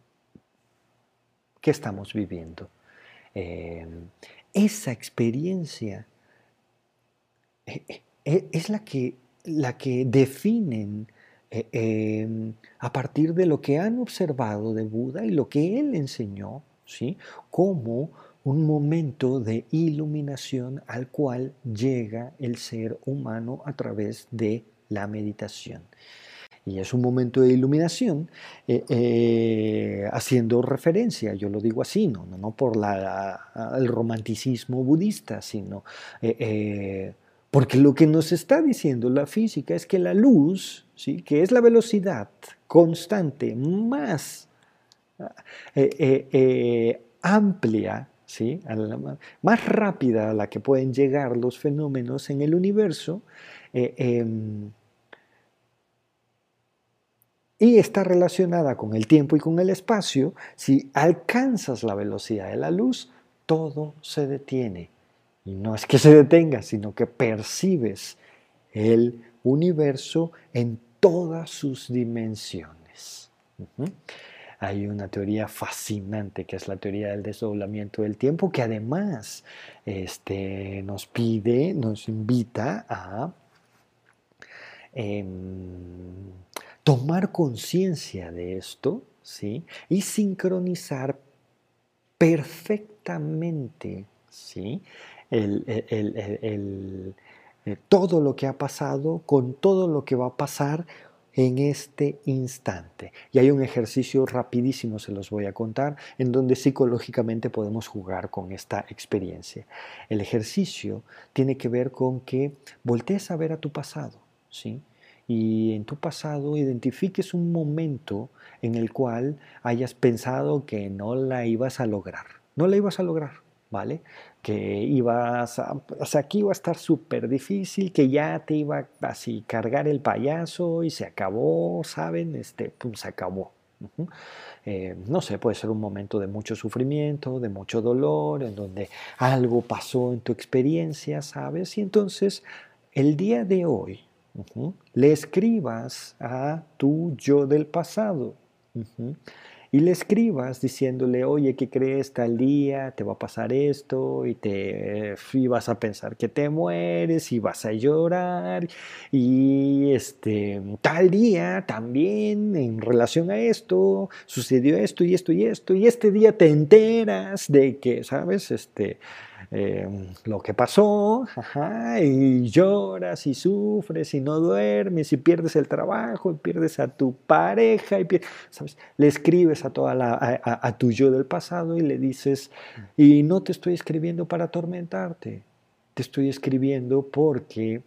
que estamos viviendo. Eh, esa experiencia es la que, la que definen eh, eh, a partir de lo que han observado de Buda y lo que él enseñó, ¿sí? Como un momento de iluminación al cual llega el ser humano a través de la meditación. Y es un momento de iluminación eh, eh, haciendo referencia, yo lo digo así, no, no, no por la, el romanticismo budista, sino eh, eh, porque lo que nos está diciendo la física es que la luz, ¿sí? Que es la velocidad constante más eh, eh, eh, amplia, ¿sí? A la, más rápida a la que pueden llegar los fenómenos en el universo, eh, eh, y está relacionada con el tiempo y con el espacio. Si alcanzas la velocidad de la luz, todo se detiene. Y no es que se detenga, sino que percibes el universo en todas sus dimensiones. Uh-huh. Hay una teoría fascinante que es la teoría del desdoblamiento del tiempo, que además este, nos pide, nos invita a eh, tomar conciencia de esto, ¿sí? Y sincronizar perfectamente, ¿sí? El, el, el, el, todo lo que ha pasado con todo lo que va a pasar en este instante. Y hay un ejercicio rapidísimo, se los voy a contar, en donde psicológicamente podemos jugar con esta experiencia. El ejercicio tiene que ver con que voltees a ver a tu pasado, ¿sí? Y en tu pasado identifiques un momento en el cual hayas pensado que no la ibas a lograr. No la ibas a lograr, ¿vale? Que ibas a, o sea, que iba a estar súper difícil, que ya te iba así cargar el payaso y se acabó, ¿saben? Este, pum, se acabó. Uh-huh. Eh, no sé, puede ser un momento de mucho sufrimiento, de mucho dolor, en donde algo pasó en tu experiencia, ¿sabes? Y entonces, el día de hoy, uh-huh, le escribas a tu yo del pasado. Uh-huh. Y le escribas diciéndole, oye, ¿qué crees? Tal día te va a pasar esto y, te, y vas a pensar que te mueres y vas a llorar. Y este, tal día también en relación a esto sucedió esto y esto y esto. Y este día te enteras de que, ¿sabes? Este, eh, lo que pasó, ajá, y lloras y sufres y no duermes y pierdes el trabajo y pierdes a tu pareja y pierdes, ¿sabes? Le escribes a, toda la, a, a, a tu yo del pasado y le dices, y no te estoy escribiendo para atormentarte, te estoy escribiendo porque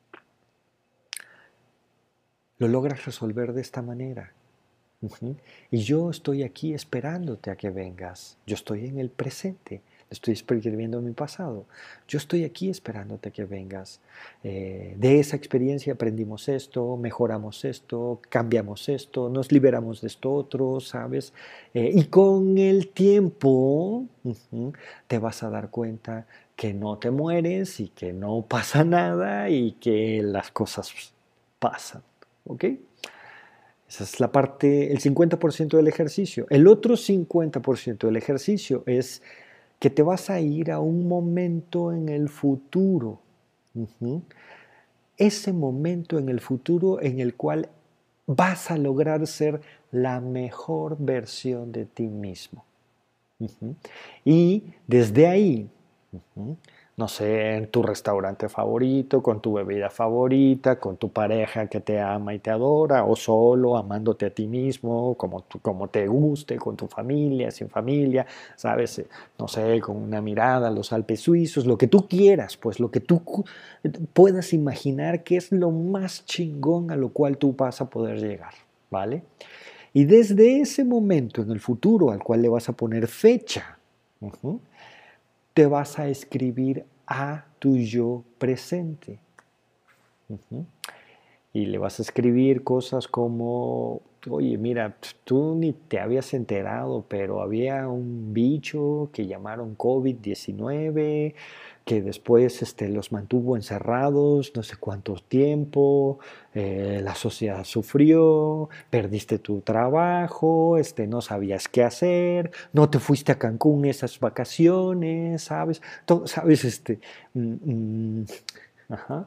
lo logras resolver de esta manera. Uh-huh. Y yo estoy aquí esperándote a que vengas. Yo estoy en el presente. Estoy escribiendo mi pasado. Yo estoy aquí esperándote a que vengas. Eh, de esa experiencia aprendimos esto, mejoramos esto, cambiamos esto, nos liberamos de esto otro, ¿sabes? Eh, y con el tiempo uh-huh, te vas a dar cuenta que no te mueres y que no pasa nada y que las cosas pasan. ¿Ok? Esa es la parte, el cincuenta por ciento del ejercicio. El otro cincuenta por ciento del ejercicio es que te vas a ir a un momento en el futuro. Uh-huh. Ese momento en el futuro en el cual vas a lograr ser la mejor versión de ti mismo. Uh-huh. Y desde ahí, uh-huh, no sé, en tu restaurante favorito, con tu bebida favorita, con tu pareja que te ama y te adora, o solo amándote a ti mismo, como, tu, como te guste, con tu familia, sin familia, sabes, no sé, con una mirada a los Alpes suizos, lo que tú quieras, pues lo que tú puedas imaginar que es lo más chingón a lo cual tú vas a poder llegar, ¿vale? Y desde ese momento en el futuro al cual le vas a poner fecha, uh-huh, te vas a escribir a tu yo presente. Uh-huh. Y le vas a escribir cosas como, oye, mira, tú ni te habías enterado, pero había un bicho que llamaron COVID diecinueve, que después este, los mantuvo encerrados no sé cuánto tiempo, eh, la sociedad sufrió, perdiste tu trabajo, este, no sabías qué hacer, no te fuiste a Cancún esas vacaciones, ¿sabes? Todo, ¿sabes? Este, mm, mm, Ajá.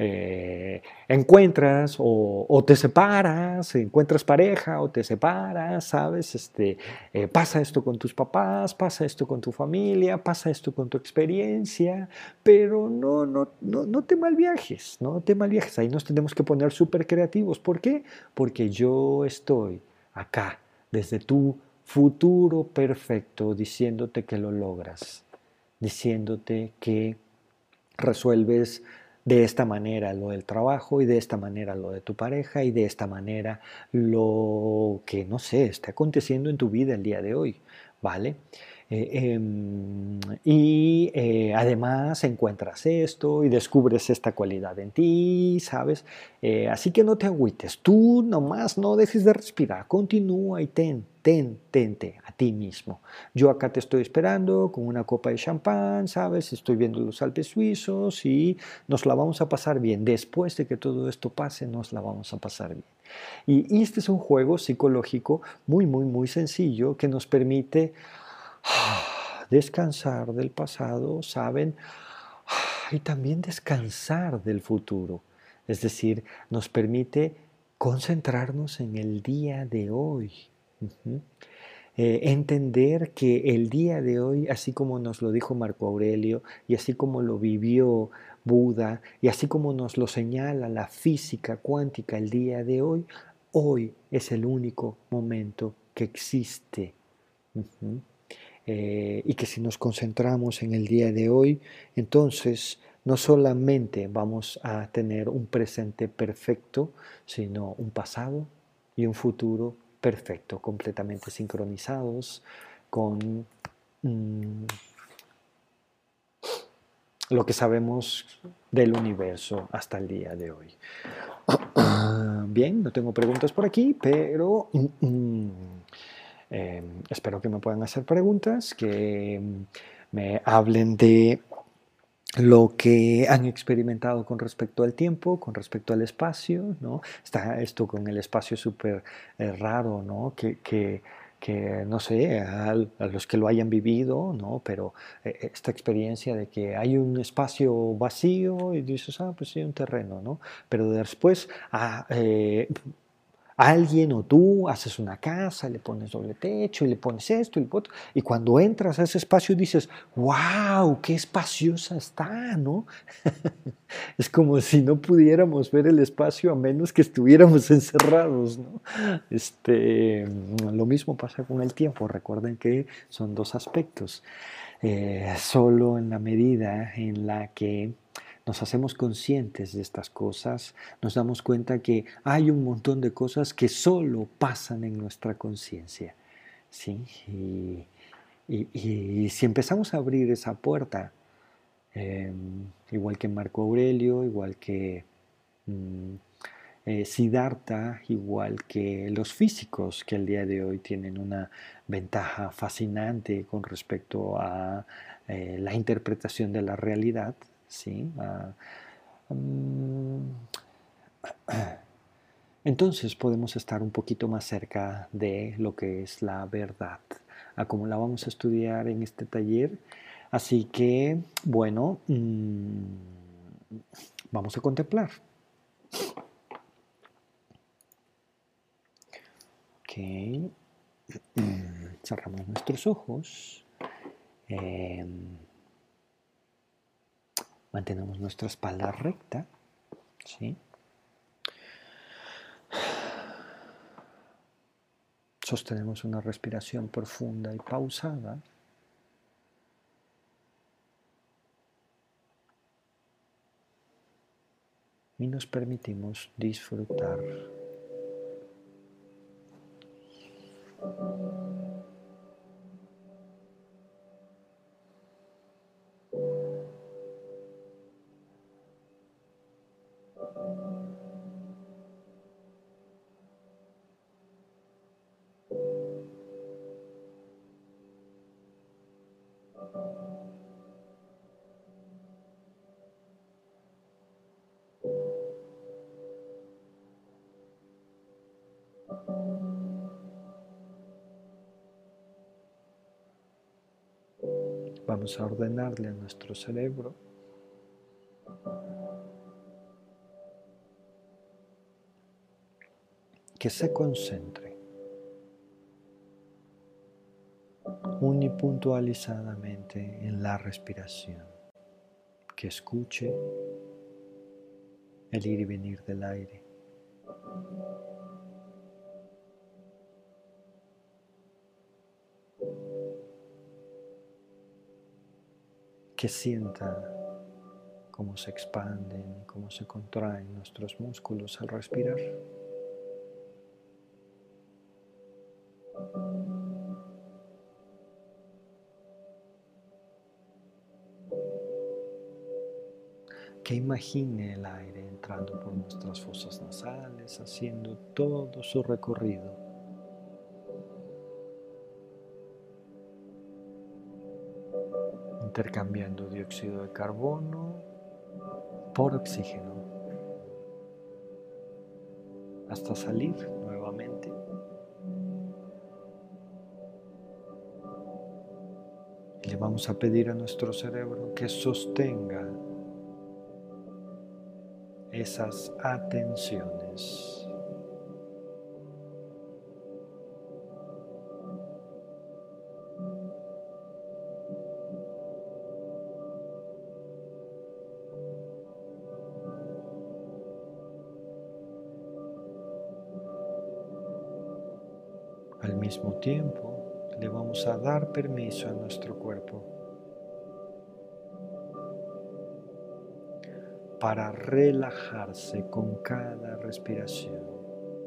Eh, encuentras o, o, te separas, encuentras pareja o te separas, ¿sabes? Este, eh, pasa esto con tus papás, pasa esto con tu familia, pasa esto con tu experiencia, pero no, no, no, no te malviajes, no te malviajes. Ahí nos tenemos que poner súper creativos. ¿Por qué? Porque yo estoy acá, desde tu futuro perfecto, diciéndote que lo logras, diciéndote que resuelves de esta manera lo del trabajo y de esta manera lo de tu pareja y de esta manera lo que, no sé, está aconteciendo en tu vida el día de hoy, ¿vale? Eh, eh, y eh, además encuentras esto y descubres esta cualidad en ti, ¿sabes? Eh, así que no te agüites, tú nomás no dejes de respirar, continúa y ten, ten, tente a ti mismo. Yo acá te estoy esperando con una copa de champán, ¿sabes? Estoy viendo los Alpes suizos y nos la vamos a pasar bien. Después de que todo esto pase, nos la vamos a pasar bien. Y este es un juego psicológico muy, muy, muy sencillo que nos permite descansar del pasado, ¿saben? Y también descansar del futuro. Es decir, nos permite concentrarnos en el día de hoy. Uh-huh. Eh, entender que el día de hoy, así como nos lo dijo Marco Aurelio y así como lo vivió Buda y así como nos lo señala la física cuántica el día de hoy, hoy es el único momento que existe. Uh-huh. Eh, y que si nos concentramos en el día de hoy, entonces no solamente vamos a tener un presente perfecto, sino un pasado y un futuro perfecto, completamente sincronizados con mmm, lo que sabemos del universo hasta el día de hoy. Bien, no tengo preguntas por aquí, pero mmm, eh, espero que me puedan hacer preguntas, que me hablen de lo que han experimentado con respecto al tiempo, con respecto al espacio, ¿no? Está esto con el espacio súper eh, raro, ¿no? Que, que, que no sé, a, a, los que lo hayan vivido, ¿no? Pero eh, esta experiencia de que hay un espacio vacío y dices, ah, pues sí, un terreno, ¿no? Pero después, ah, eh, alguien o tú haces una casa, le pones doble techo y le pones esto y lo otro, y cuando entras a ese espacio dices, wow, qué espaciosa está, ¿no? Es como si no pudiéramos ver el espacio a menos que estuviéramos encerrados, ¿no? Este, lo mismo pasa con el tiempo, recuerden que son dos aspectos. Eh, solo en la medida en la que nos hacemos conscientes de estas cosas, nos damos cuenta que hay un montón de cosas que solo pasan en nuestra conciencia, ¿sí? Y, y, y, si empezamos a abrir esa puerta, eh, igual que Marco Aurelio, igual que mm, eh, Siddhartha, igual que los físicos que el día de hoy tienen una ventaja fascinante con respecto a eh, la interpretación de la realidad, ¿sí? A, um, entonces podemos estar un poquito más cerca de lo que es la verdad, a cómo la vamos a estudiar en este taller. Así que, bueno, mmm, vamos a contemplar. Cerramos nuestros ojos. Eh, mantenemos nuestra espalda recta. ¿Sí? Sostenemos una respiración profunda y pausada. Y nos permitimos disfrutar Vamos a ordenarle a nuestro cerebro que se concentre unipuntualizadamente en la respiración, que escuche el ir y venir del aire, que sienta cómo se expanden y cómo se contraen nuestros músculos al respirar. Que imagine el aire entrando por nuestras fosas nasales, haciendo todo su recorrido. Intercambiando dióxido de carbono por oxígeno, hasta salir nuevamente. Y le vamos a pedir a nuestro cerebro que sostenga esas atenciones. Al mismo tiempo, le vamos a dar permiso a nuestro cuerpo para relajarse con cada respiración.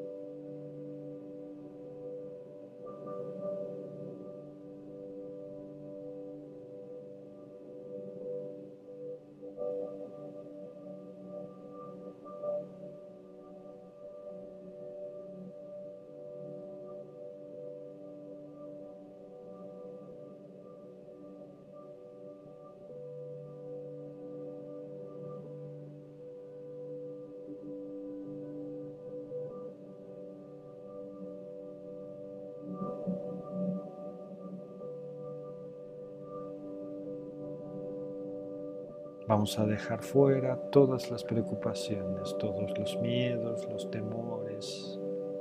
Vamos a dejar fuera todas las preocupaciones, todos los miedos, los temores.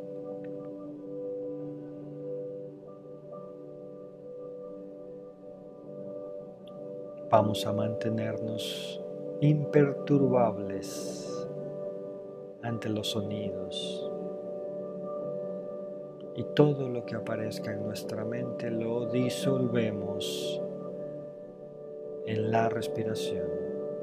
Vamos a mantenernos imperturbables ante los sonidos. Y todo lo que aparezca en nuestra mente lo disolvemos en la respiración.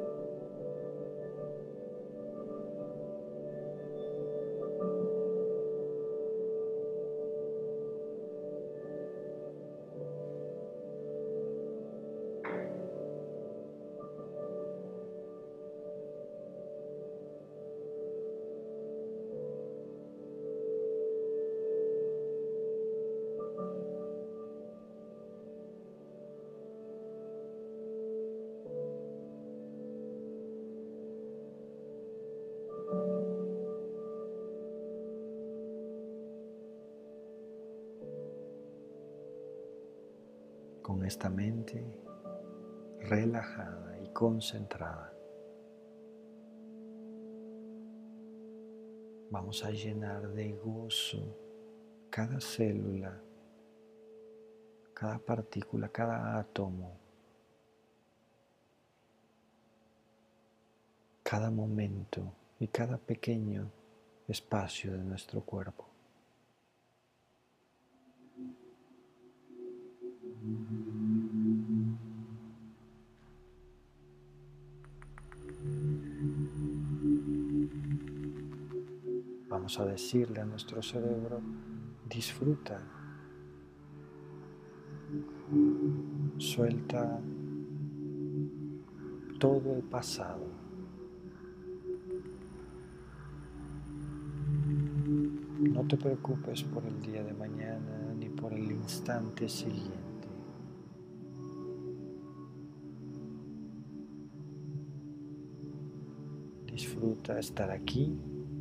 Con esta mente relajada y concentrada, vamos a llenar de gozo cada célula, cada partícula, cada átomo, cada momento y cada pequeño espacio de nuestro cuerpo. Vamos a decirle a nuestro cerebro, disfruta, suelta todo el pasado. No te preocupes por el día de mañana ni por el instante siguiente. Disfruta estar aquí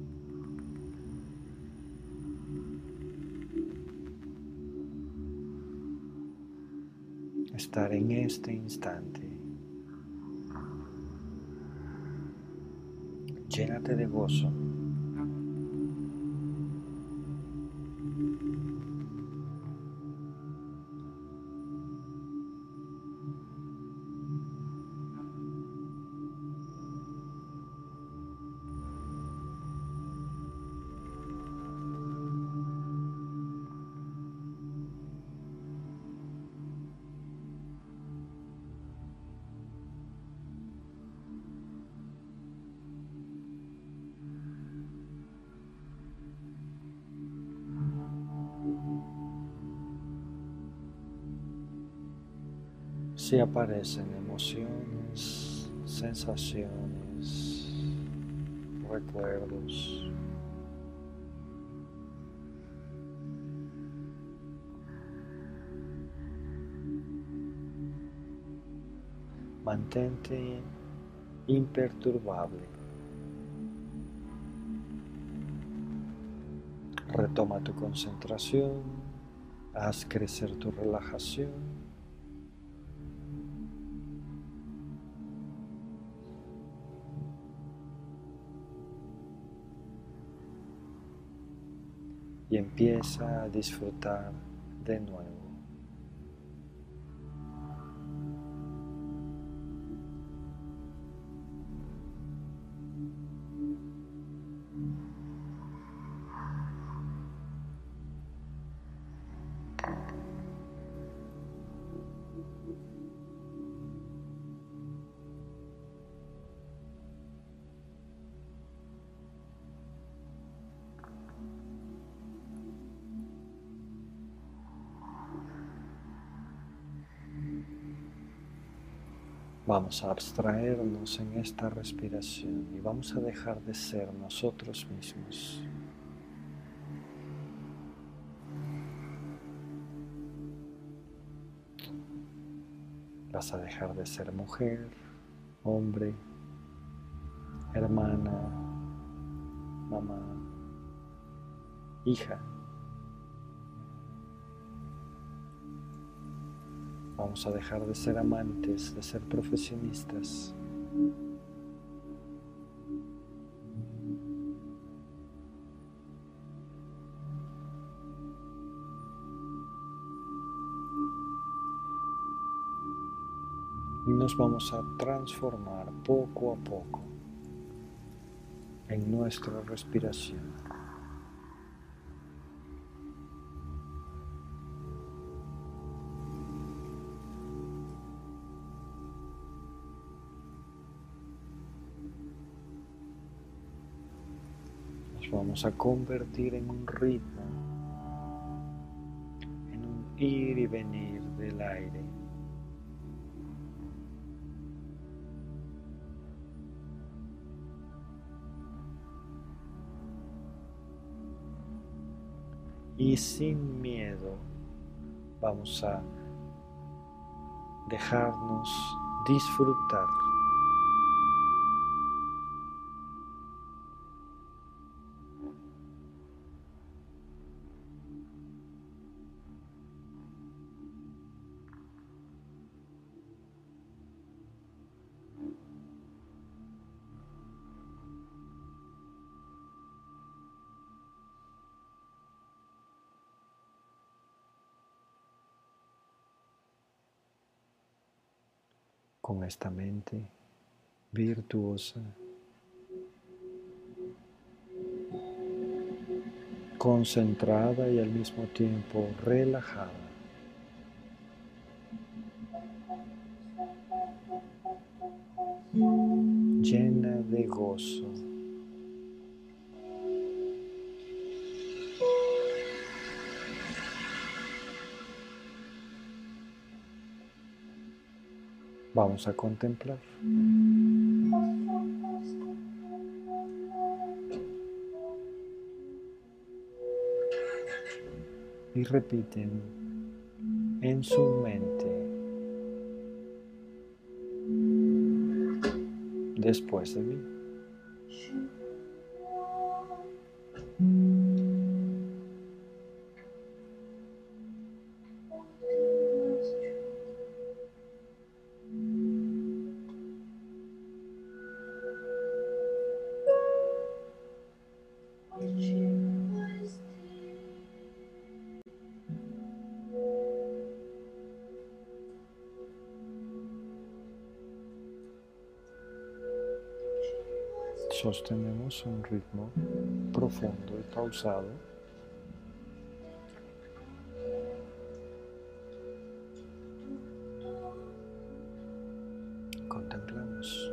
estar en este instante. Llénate de gozo. Si aparecen emociones, sensaciones, recuerdos, mantente imperturbable. Retoma tu concentración, haz crecer tu relajación. Y empieza a disfrutar de nuevo. Vamos a abstraernos en esta respiración y vamos a dejar de ser nosotros mismos. Vas a dejar de ser mujer, hombre, hermana, mamá, hija. Vamos a dejar de ser amantes, de ser profesionistas. Y nos vamos a transformar poco a poco en nuestra respiración. Nos vamos a convertir en un ritmo, en un ir y venir del aire. Y sin miedo vamos a dejarnos disfrutar. con esta mente virtuosa, concentrada y al mismo tiempo relajada, llena de gozo. Vamos a contemplar. Y repiten en su mente, después de mí. Sostenemos un ritmo profundo y pausado. Contemplamos.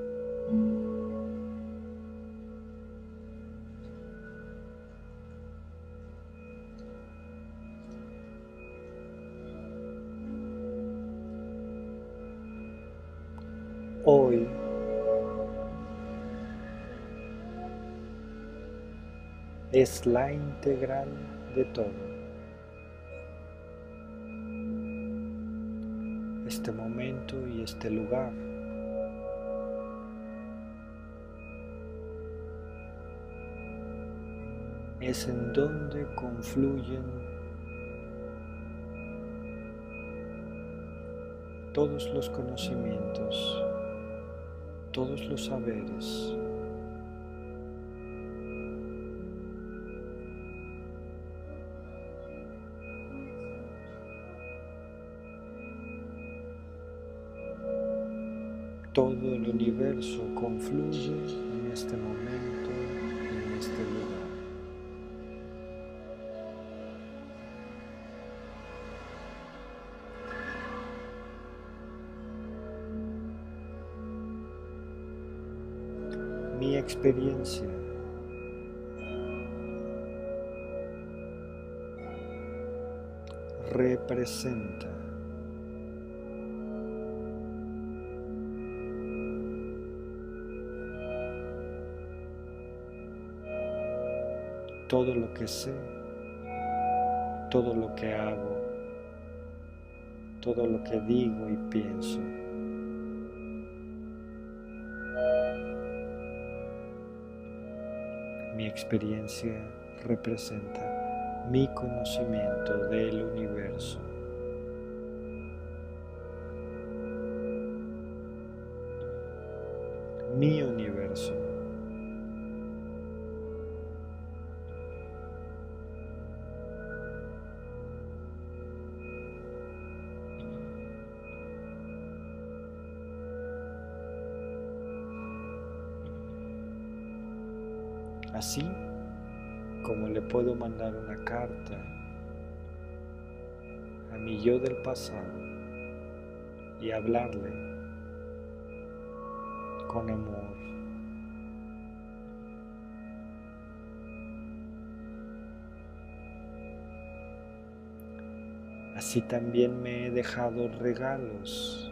Hoy es la integral de todo. Este momento y este lugar. Es en donde confluyen todos los conocimientos, todos los saberes, todo el universo confluye en este momento, en este lugar. Mi experiencia representa todo lo que sé, todo lo que hago, todo lo que digo y pienso. Mi experiencia representa mi conocimiento del universo. Mi universo. Así como le puedo mandar una carta a mi yo del pasado y hablarle con amor, así también me he dejado regalos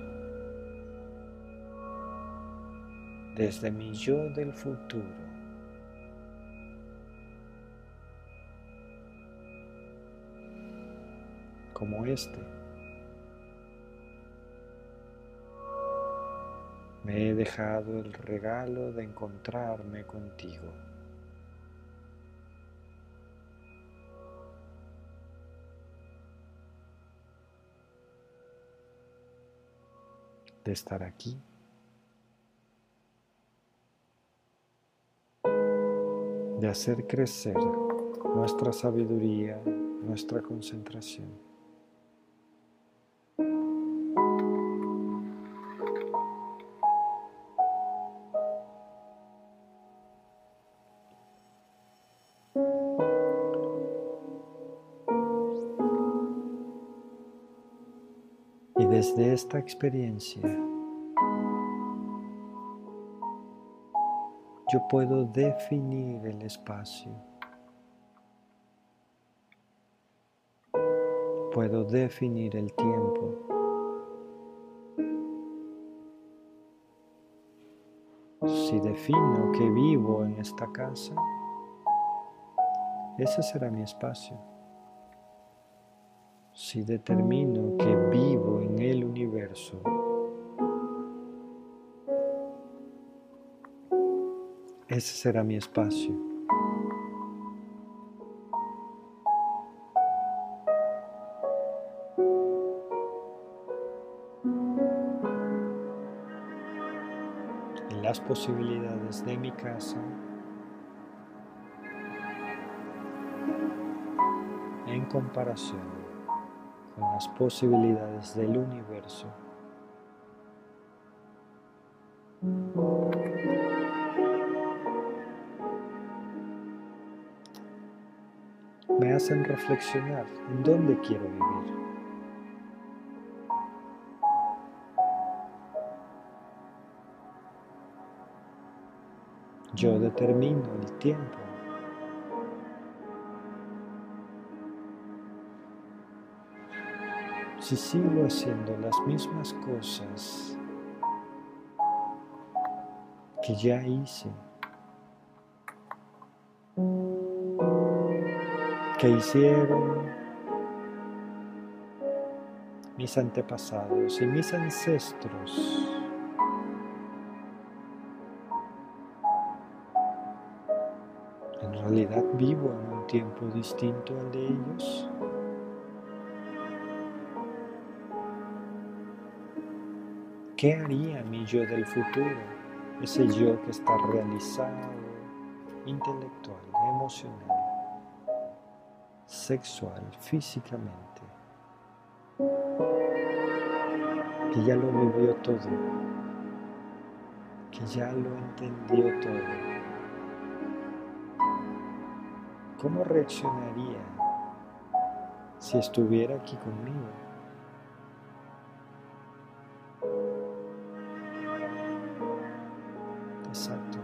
desde mi yo del futuro. Como este. Me he dejado el regalo de encontrarme contigo. De estar aquí. De hacer crecer nuestra sabiduría, nuestra concentración. desde esta experiencia yo puedo definir el espacio, puedo definir el tiempo. Si defino que vivo en esta casa, ese será mi espacio. Si determino que vivo en el universo, ese será mi espacio. Y las posibilidades de mi casa en comparación con las posibilidades del universo me hacen reflexionar en dónde quiero vivir. Yo determino el tiempo. Si sigo haciendo las mismas cosas que ya hice, que hicieron mis antepasados y mis ancestros, ¿en realidad vivo en un tiempo distinto al de ellos? ¿Qué haría mi yo del futuro? Ese yo que está realizado, intelectual, emocional, sexual, físicamente, que ya lo vivió todo, que ya lo entendió todo. ¿Cómo reaccionaría si estuviera aquí conmigo? Exacto.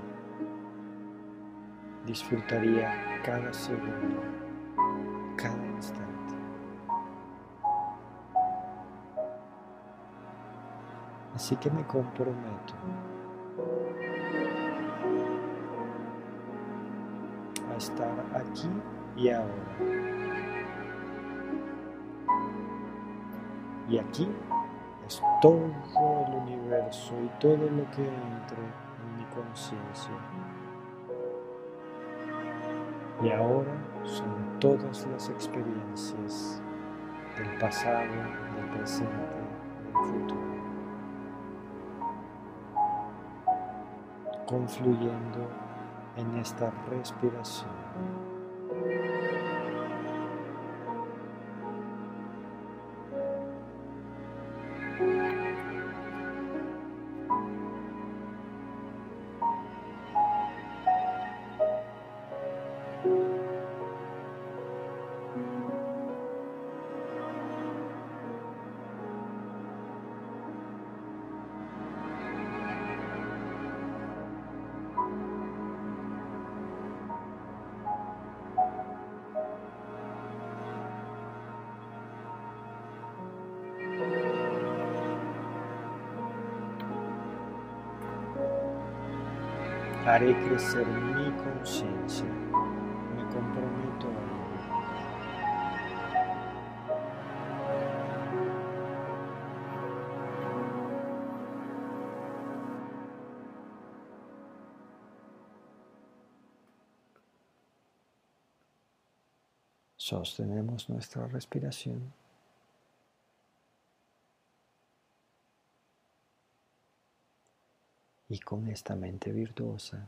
Disfrutaría cada segundo, cada instante. Así que me comprometo a estar aquí y ahora. Y aquí es todo el universo y todo lo que entre en mi conciencia. Y ahora son todas las experiencias del pasado, del presente, del futuro, confluyendo en esta respiración. Haré crecer mi conciencia, me comprometo a ello. Sostenemos nuestra respiración. Y con esta mente virtuosa,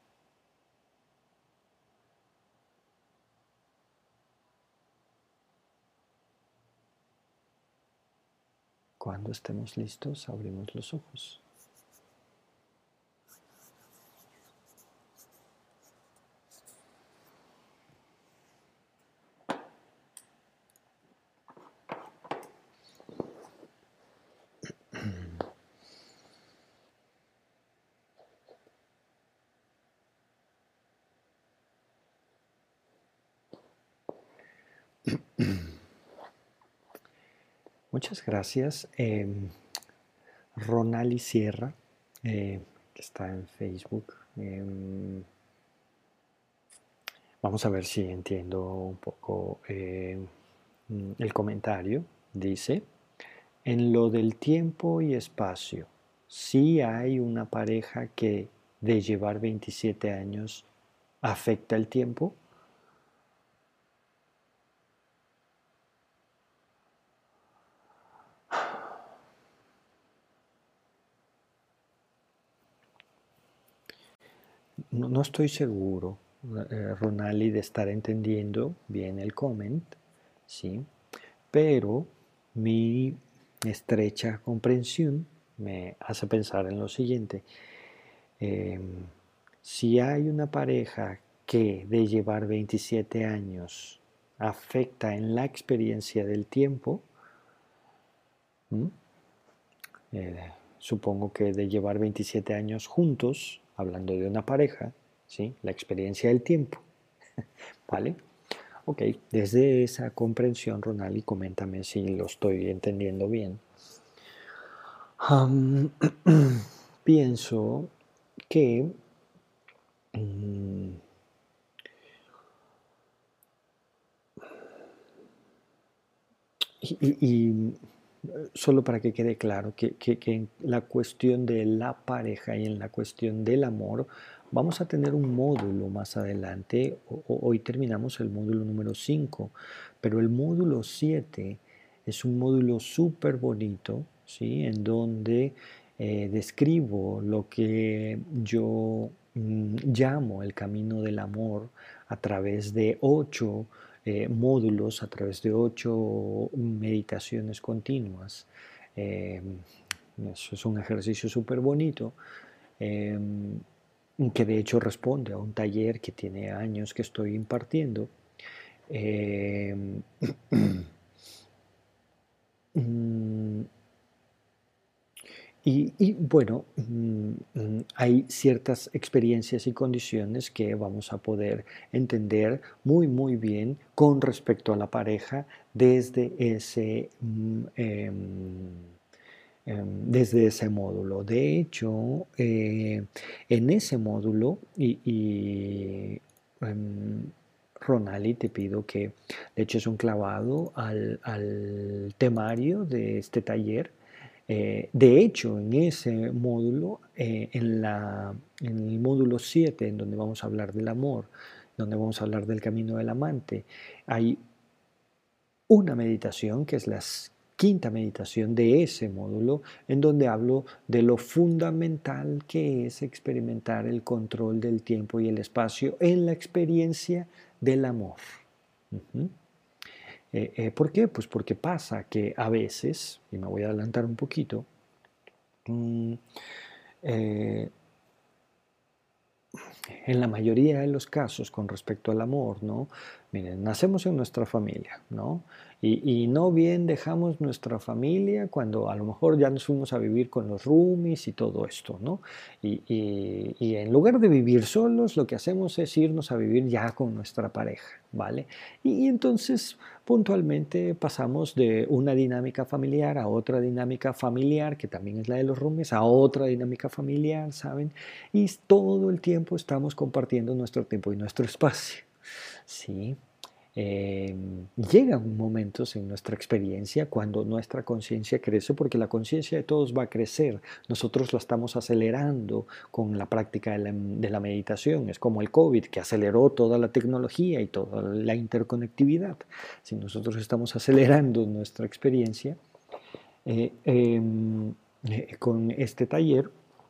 cuando estemos listos, abrimos los ojos. Muchas gracias. Eh, Ronali Sierra, eh, que está en Facebook. Eh, vamos a ver si entiendo un poco eh, el comentario. Dice, en lo del tiempo y espacio, sí hay una pareja que de llevar veintisiete años afecta el tiempo. No, no estoy seguro, eh, Ronali, de estar entendiendo bien el comment, ¿sí? Pero mi estrecha comprensión me hace pensar en lo siguiente. eh, si hay una pareja que de llevar veintisiete años afecta en la experiencia del tiempo, ¿m? Eh, supongo que de llevar veintisiete años juntos, hablando de una pareja, ¿sí? La experiencia del tiempo, ¿vale? Ok, desde esa comprensión, Ronald, y coméntame si lo estoy entendiendo bien. Um, pienso que um, y, y, solo para que quede claro que, que, que, en la cuestión de la pareja y en la cuestión del amor vamos a tener un módulo más adelante. Hoy terminamos el módulo número cinco, pero el módulo siete es un módulo súper bonito, ¿sí? En donde eh, describo lo que yo mmm, llamo el camino del amor a través de ocho eh, módulos, a través de ocho meditaciones continuas. Eh, eso es un ejercicio súper bonito, eh, que de hecho responde a un taller que tiene años que estoy impartiendo. Eh, mm, Y, y, bueno, mm, mm, hay ciertas experiencias y condiciones que vamos a poder entender muy, muy bien con respecto a la pareja desde ese, mm, em, em, desde ese módulo. De hecho, eh, en ese módulo, y, y em, Ronali, te pido que le eches un clavado al, al temario de este taller. Eh, de hecho, en ese módulo, eh, en, la, en el módulo siete, en donde vamos a hablar del amor, donde vamos a hablar del camino del amante, hay una meditación que es la quinta meditación de ese módulo, en donde hablo de lo fundamental que es experimentar el control del tiempo y el espacio en la experiencia del amor. Uh-huh. Eh, eh, ¿Por qué? Pues porque pasa que a veces, y me voy a adelantar un poquito, mmm, eh, en la mayoría de los casos con respecto al amor, ¿no? Miren, nacemos en nuestra familia, ¿no? Y, y no bien dejamos nuestra familia cuando a lo mejor ya nos fuimos a vivir con los roomies y todo esto, ¿no? Y, y, y en lugar de vivir solos, lo que hacemos es irnos a vivir ya con nuestra pareja, ¿vale? Y, y entonces puntualmente pasamos de una dinámica familiar a otra dinámica familiar, que también es la de los roomies, a otra dinámica familiar, ¿saben? Y todo el tiempo estamos compartiendo nuestro tiempo y nuestro espacio, ¿sí? Eh, llegan momentos en nuestra experiencia cuando nuestra conciencia crece, porque la conciencia de todos va a crecer. Nosotros la estamos acelerando con la práctica de la, de la meditación. Es como el COVID, que aceleró toda la tecnología y toda la interconectividad. Si nosotros estamos acelerando nuestra experiencia eh, eh, eh, con este taller,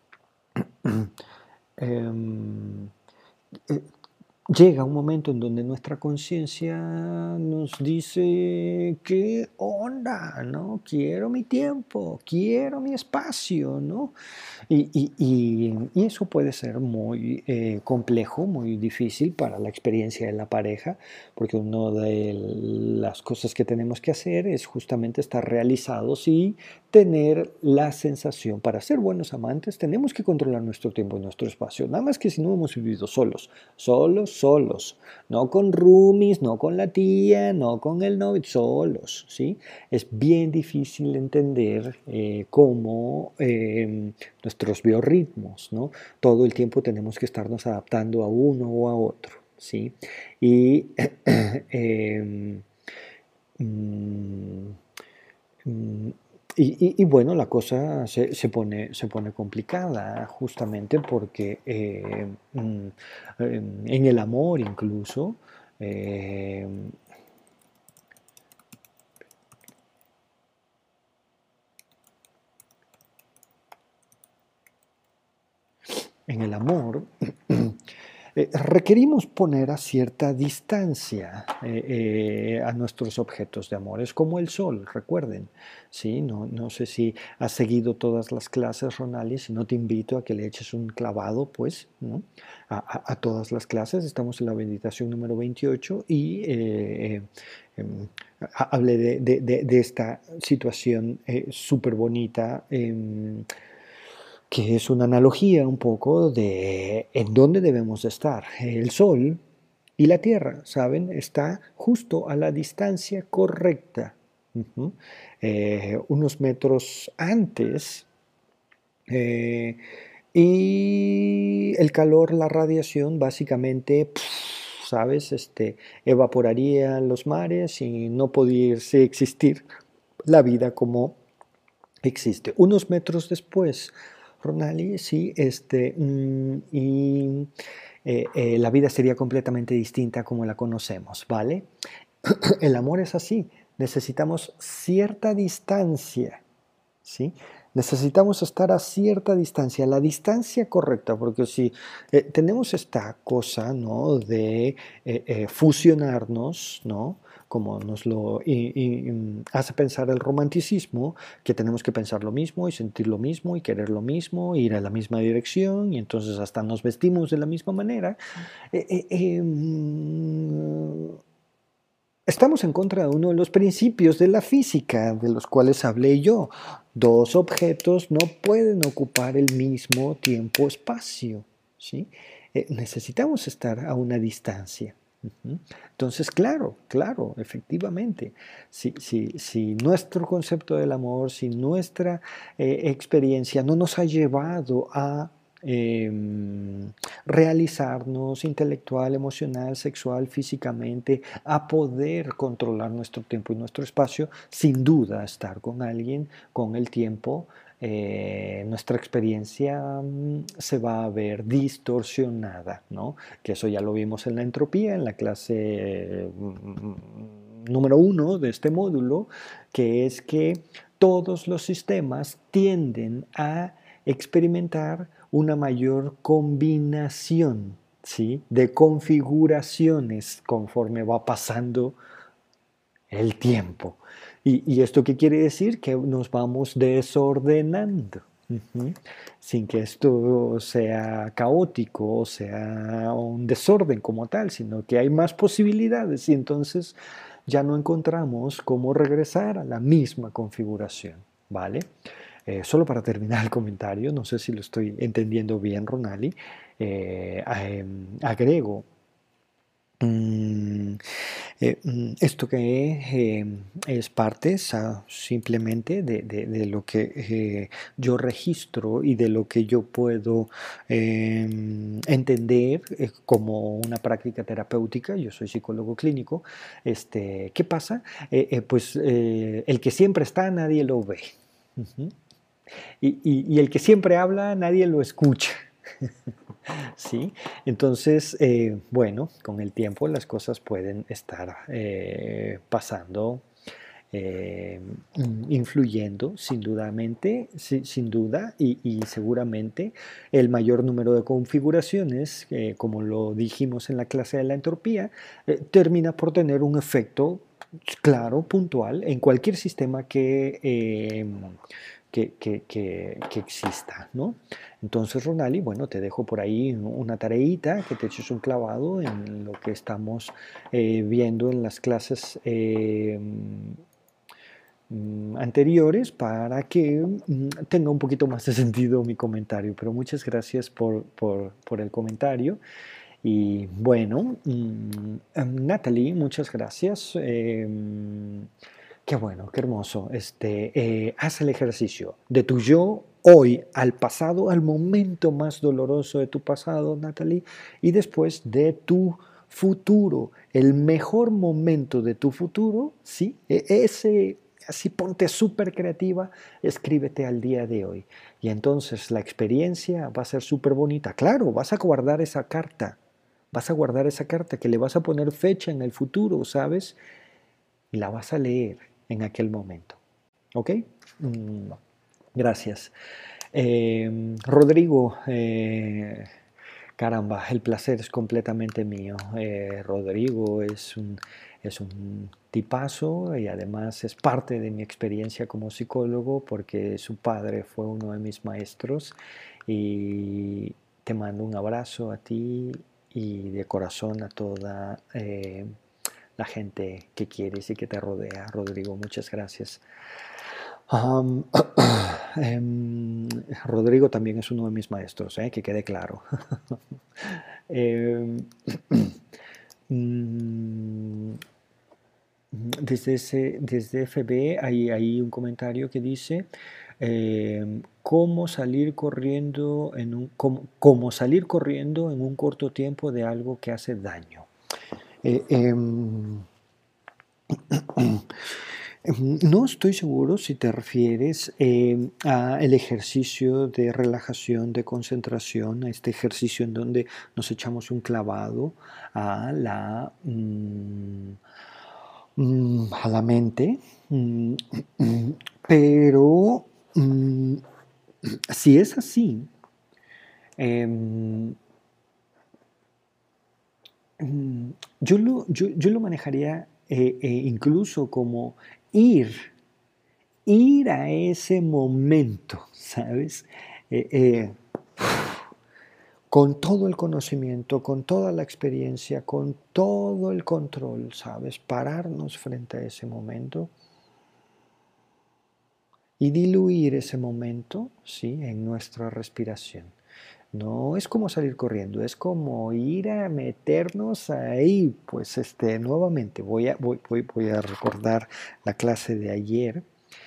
eh, eh, llega un momento en donde nuestra conciencia nos dice, ¿qué onda? ¿No? Quiero mi tiempo, quiero mi espacio, ¿no? Y, y, y, y eso puede ser muy eh, complejo, muy difícil para la experiencia de la pareja, porque una de las cosas que tenemos que hacer es justamente estar realizados y tener la sensación, para ser buenos amantes, tenemos que controlar nuestro tiempo y nuestro espacio, nada más que si no hemos vivido solos, solos, solos, no con roomies, no con la tía, no con el novio, solos, ¿sí? Es bien difícil entender eh, cómo eh, nuestros biorritmos, ¿no? Todo el tiempo tenemos que estarnos adaptando a uno o a otro, ¿sí? Y em, mm, Mm, Y, y- y bueno, la cosa se, se pone, se pone complicada justamente porque eh, mm, em, en el amor incluso, eh, en el amor eh, requerimos poner a cierta distancia eh, eh, a nuestros objetos de amor. Es como el sol, recuerden. ¿Sí? No, no sé si has seguido todas las clases, Ronali, si no te invito a que le eches un clavado, pues, ¿no? a, a- a todas las clases. Estamos en la meditación número veintiocho y eh, eh, em, ha- hablé de, de- de- de esta situación eh, súper bonita. Em, que es una analogía un poco de en dónde debemos de estar. El Sol y la Tierra, ¿saben? Está justo a la distancia correcta. Ujú. Eh, unos metros antes eh, y el calor, la radiación, básicamente, pf, ¿sabes? Este, evaporaría los mares y no pudiese existir la vida como existe. Unos metros después, Ronali, sí, este, mm, y eh, eh, la vida sería completamente distinta como la conocemos, ¿vale? El amor es así, necesitamos cierta distancia, ¿sí? Necesitamos estar a cierta distancia, la distancia correcta, porque si eh, tenemos esta cosa, ¿no? De eh, eh, fusionarnos, ¿no? Como nos lo y, y, mm, hace pensar el romanticismo, que tenemos que pensar lo mismo y sentir lo mismo y querer lo mismo, ir a la misma dirección y entonces hasta nos vestimos de la misma manera. Eh, eh, eh, mm, Estamos en contra de uno de los principios de la física, de los cuales hablé yo. Dos objetos no pueden ocupar el mismo tiempo-espacio, ¿sí? Eh, necesitamos estar a una distancia. Ujú. Entonces, claro, claro, efectivamente, si, si, si nuestro concepto del amor, si nuestra eh, experiencia no nos ha llevado a em, realizarnos intelectual, emocional, sexual, físicamente, a poder controlar nuestro tiempo y nuestro espacio, sin duda estar con alguien con el tiempo, eh, nuestra experiencia mm, se va a ver distorsionada, ¿no? Que eso ya lo vimos en la entropía, en la clase eh, mm, número uno de este módulo, que es que todos los sistemas tienden a experimentar una mayor combinación, ¿sí? De configuraciones conforme va pasando el tiempo. ¿Y, y esto qué quiere decir? Que nos vamos desordenando. Ujú. Sin que esto sea caótico o sea un desorden como tal, sino que hay más posibilidades y entonces ya no encontramos cómo regresar a la misma configuración, ¿vale? Eh, solo para terminar el comentario, no sé si lo estoy entendiendo bien, Ronali, eh, eh, agrego mm, eh, mm, esto que eh, es parte sa- simplemente de, de- de lo que eh, yo registro y de lo que yo puedo eh, entender eh, como una práctica terapéutica. Yo soy psicólogo clínico. Este, ¿qué pasa? Eh, eh, pues eh, el que siempre está, nadie lo ve. Ujú. Y, y- y el que siempre habla, nadie lo escucha. ¿Sí? Entonces, eh, bueno, con el tiempo las cosas pueden estar eh, pasando, eh, influyendo sin dudamente, si- sin duda y, y seguramente el mayor número de configuraciones, eh, como lo dijimos en la clase de la entropía, eh, termina por tener un efecto claro, puntual, en cualquier sistema que, eh, que, que- que- que exista, ¿no? Entonces, Ronali, bueno, te dejo por ahí una tareita, que te eches un clavado en lo que estamos eh, viendo en las clases eh, mm, anteriores para que mm, tenga un poquito más de sentido mi comentario. Pero muchas gracias por, por, por el comentario Y bueno, mm, em, Natalie, muchas gracias. Em, qué bueno, qué hermoso. Este, eh, haz el ejercicio de tu yo hoy al pasado, al momento más doloroso de tu pasado, Natalie, y después de tu futuro, el mejor momento de tu futuro, ¿sí? E- Ese, así ponte súper creativa, escríbete al día de hoy. Y entonces la experiencia va a ser súper bonita. Claro, vas a guardar esa carta, vas a guardar esa carta que le vas a poner fecha en el futuro, ¿sabes? Y la vas a leer en aquel momento. ¿Ok? Mm, gracias. Eh, Rodrigo, eh, caramba, el placer es completamente mío. Eh, Rodrigo es un, es un tipazo y además es parte de mi experiencia como psicólogo porque su padre fue uno de mis maestros y te mando un abrazo a ti y de corazón a toda eh, la gente que quieres y que te rodea. Rodrigo, muchas gracias. Um, em, Rodrigo también es uno de mis maestros, eh, que quede claro. Em, mm, desde, ese, desde F B hay, hay un comentario que dice em, cómo salir corriendo en un, cómo, cómo salir corriendo en un corto tiempo de algo que hace daño. Eh, em, No estoy seguro si te refieres eh, a el ejercicio de relajación, de concentración, a este ejercicio en donde nos echamos un clavado a la, mm, mm, a la mente, mm, pero mm, si es así, em, mm, yo lo, yo, yo lo manejaría eh, eh, incluso como ir ir a ese momento, ¿sabes? Eh, eh, con todo el conocimiento, con toda la experiencia, con todo el control, ¿sabes? Pararnos frente a ese momento y diluir ese momento, ¿sí? En nuestra respiración. No es como salir corriendo, es como ir a meternos ahí. Pues este, nuevamente voy a, voy, voy, voy a recordar la clase de ayer.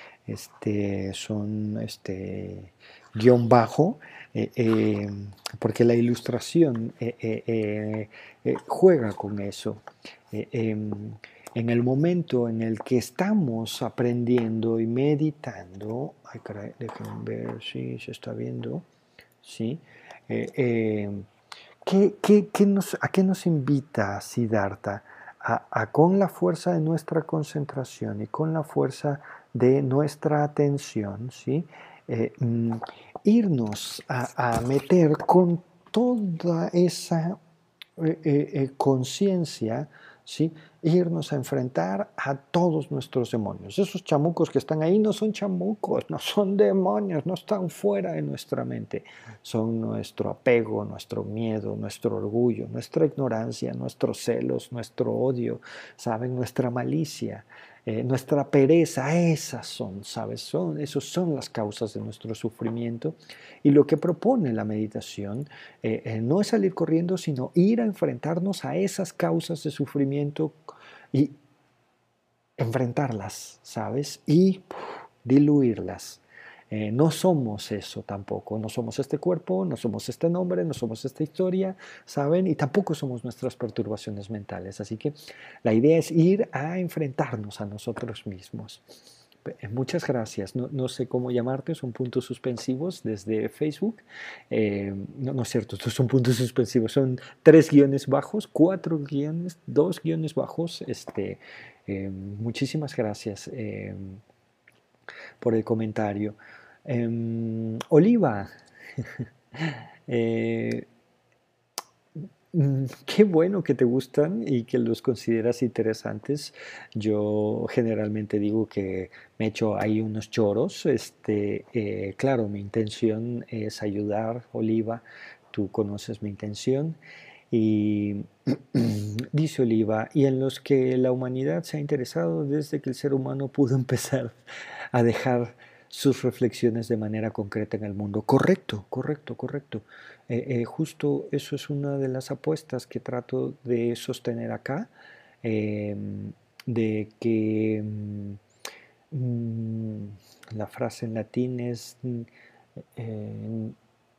Este, son este, guión bajo, eh, eh, porque la ilustración eh, eh, eh, eh, juega con eso. Eh, em, en el momento en el que estamos aprendiendo y meditando, ay, caray, déjenme ver si se está viendo, ¿sí? Eh, eh, ¿qué, qué, qué nos, ¿A qué nos invita Siddhartha? A, a con la fuerza de nuestra concentración y con la fuerza de nuestra atención, ¿sí? Eh, mm, irnos a, a, meter con toda esa eh, eh, eh, conciencia, ¿sí? Irnos a enfrentar a todos nuestros demonios. Esos chamucos que están ahí no son chamucos, no son demonios, no están fuera de nuestra mente. Son nuestro apego, nuestro miedo, nuestro orgullo, nuestra ignorancia, nuestros celos, nuestro odio, ¿saben? Nuestra malicia. Eh, nuestra pereza, esas son, ¿sabes? Son, esos son las causas de nuestro sufrimiento. Y lo que propone la meditación eh, eh, no es salir corriendo, sino ir a enfrentarnos a esas causas de sufrimiento y enfrentarlas, ¿sabes? Y puf, diluirlas. Eh, no somos eso tampoco, no somos este cuerpo, no somos este nombre, no somos esta historia, ¿saben? Y tampoco somos nuestras perturbaciones mentales. Así que la idea es ir a enfrentarnos a nosotros mismos. Muchas gracias. No, no, sé cómo llamarte, son puntos suspensivos desde Facebook. Eh, no, no es cierto, estos son puntos suspensivos, son tres guiones bajos, cuatro guiones, dos guiones bajos. Este, eh, muchísimas gracias eh, por el comentario. Eh, Oliva, eh, Mm, qué bueno que te gustan y que los consideras interesantes. Yo generalmente digo que me echo ahí unos choros. Este, eh, claro, mi intención es ayudar, Oliva. Tú conoces mi intención. Y dice Oliva, y en los que la humanidad se ha interesado desde que el ser humano pudo empezar a dejar sus reflexiones de manera concreta en el mundo. Correcto, correcto, correcto. Eh, eh, justo eso es una de las apuestas que trato de sostener acá, eh, de que mm, mm, la frase en latín es mm, eh,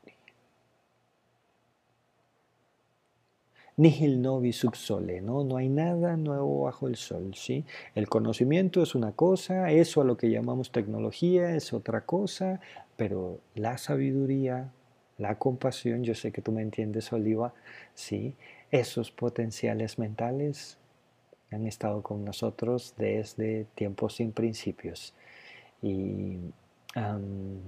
nihil novi sub sole, ¿no? No hay nada nuevo bajo el sol, ¿sí? El conocimiento es una cosa, eso a lo que llamamos tecnología es otra cosa, pero la sabiduría, la compasión, yo sé que tú me entiendes, Oliva, ¿sí? Esos potenciales mentales han estado con nosotros desde tiempos sin principios. Y, um,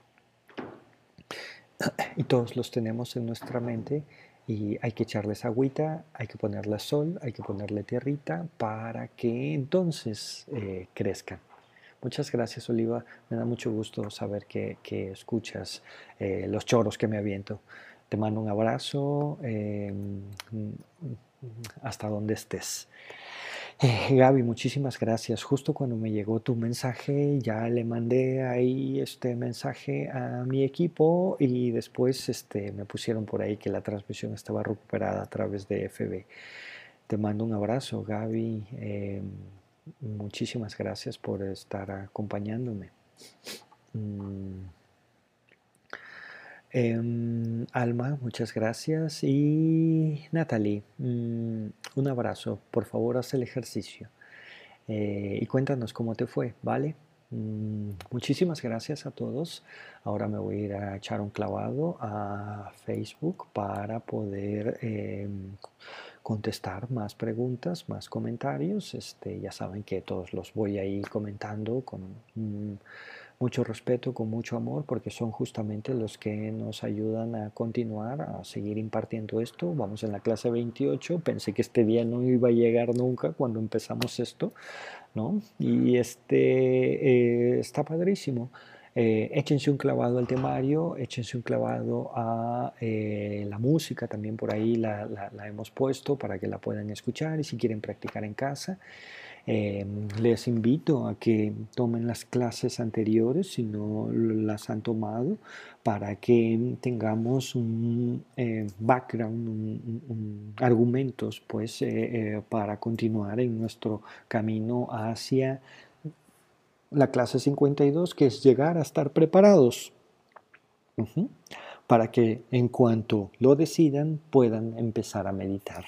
y todos los tenemos en nuestra mente y hay que echarles agüita, hay que ponerle sol, hay que ponerle tierrita para que entonces eh, crezcan. Muchas gracias, Oliva. Me da mucho gusto saber que, que escuchas eh, los choros que me aviento. Te mando un abrazo eh, hasta donde estés. Eh, Gaby, muchísimas gracias. Justo cuando me llegó tu mensaje, ya le mandé ahí este mensaje a mi equipo y después este, me pusieron por ahí que la transmisión estaba recuperada a través de F B. Te mando un abrazo, Gaby. Eh, muchísimas gracias por estar acompañándome. Mm. Em, Alma, muchas gracias. Y Natalie, mm, un abrazo. Por favor, haz el ejercicio. Eh, y cuéntanos cómo te fue, ¿vale? Mm, muchísimas gracias a todos. Ahora me voy a ir a echar un clavado a Facebook para poder em, contestar más preguntas, más comentarios. Este, ya saben que todos los voy a ir comentando con mm, mucho respeto, con mucho amor, porque son justamente los que nos ayudan a continuar, a seguir impartiendo esto. Vamos en la clase veintiocho. Pensé que este día no iba a llegar nunca cuando empezamos esto, ¿no? Y este eh, está padrísimo. Eh, échense un clavado al temario, échense un clavado a eh, la música, también por ahí la, la, la, hemos puesto para que la puedan escuchar y si quieren practicar en casa. Eh, les invito a que tomen las clases anteriores si no las han tomado para que tengamos un eh, background, un, un, argumentos pues eh, eh, para continuar en nuestro camino hacia la clase cincuenta y dos, que es llegar a estar preparados uh-huh, para que en cuanto lo decidan puedan empezar a meditar.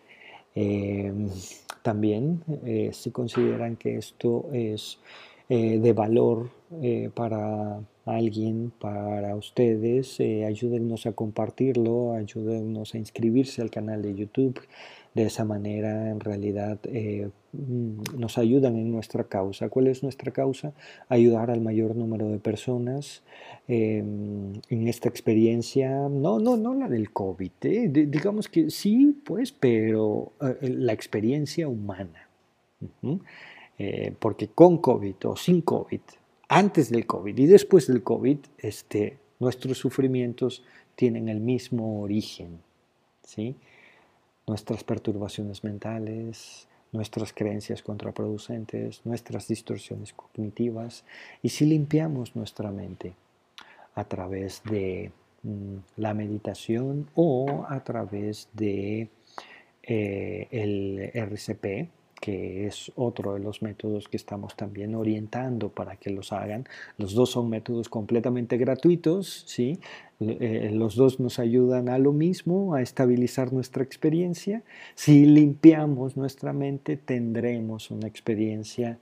Eh, también, eh, si consideran que esto es eh, de valor eh, para alguien, para ustedes, eh, ayúdennos a compartirlo, ayúdennos a inscribirse al canal de YouTube. De esa manera, en realidad, eh, nos ayudan en nuestra causa. ¿Cuál es nuestra causa? Ayudar al mayor número de personas eh, en esta experiencia, no, no, no la del COVID, ¿eh? De, digamos que sí, pues, pero eh, la experiencia humana. Uh-huh. Eh, porque con COVID o sin COVID, antes del COVID y después del COVID, este, nuestros sufrimientos tienen el mismo origen, ¿sí? Nuestras perturbaciones mentales, nuestras creencias contraproducentes, nuestras distorsiones cognitivas. Y si limpiamos nuestra mente a través de mm, la meditación o a través de eh, el R C P, que es otro de los métodos que estamos también orientando para que los hagan. Los dos son métodos completamente gratuitos, ¿sí? Eh, los dos nos ayudan a lo mismo, a estabilizar nuestra experiencia. Si limpiamos nuestra mente, tendremos una experiencia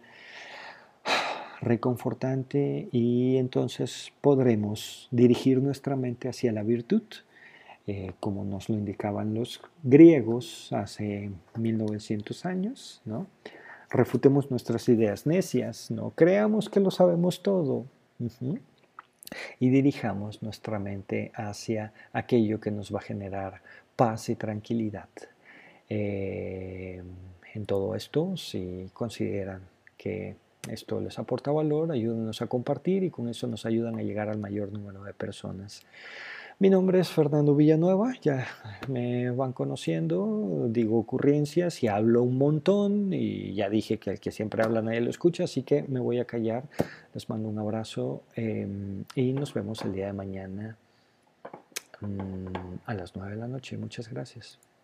reconfortante y entonces podremos dirigir nuestra mente hacia la virtud, eh, como nos lo indicaban los griegos hace mil novecientos años, ¿no? Refutemos nuestras ideas necias, no creamos que lo sabemos todo. Uh-huh. Y dirijamos nuestra mente hacia aquello que nos va a generar paz y tranquilidad. Eh, en todo esto, si consideran que esto les aporta valor, ayúdenos a compartir y con eso nos ayudan a llegar al mayor número de personas. Mi nombre es Fernando Villanueva, ya me van conociendo, digo ocurrencias y hablo un montón y ya dije que el que siempre habla nadie lo escucha, así que me voy a callar. Les mando un abrazo eh, y nos vemos el día de mañana mm, a las nueve de la noche. Muchas gracias.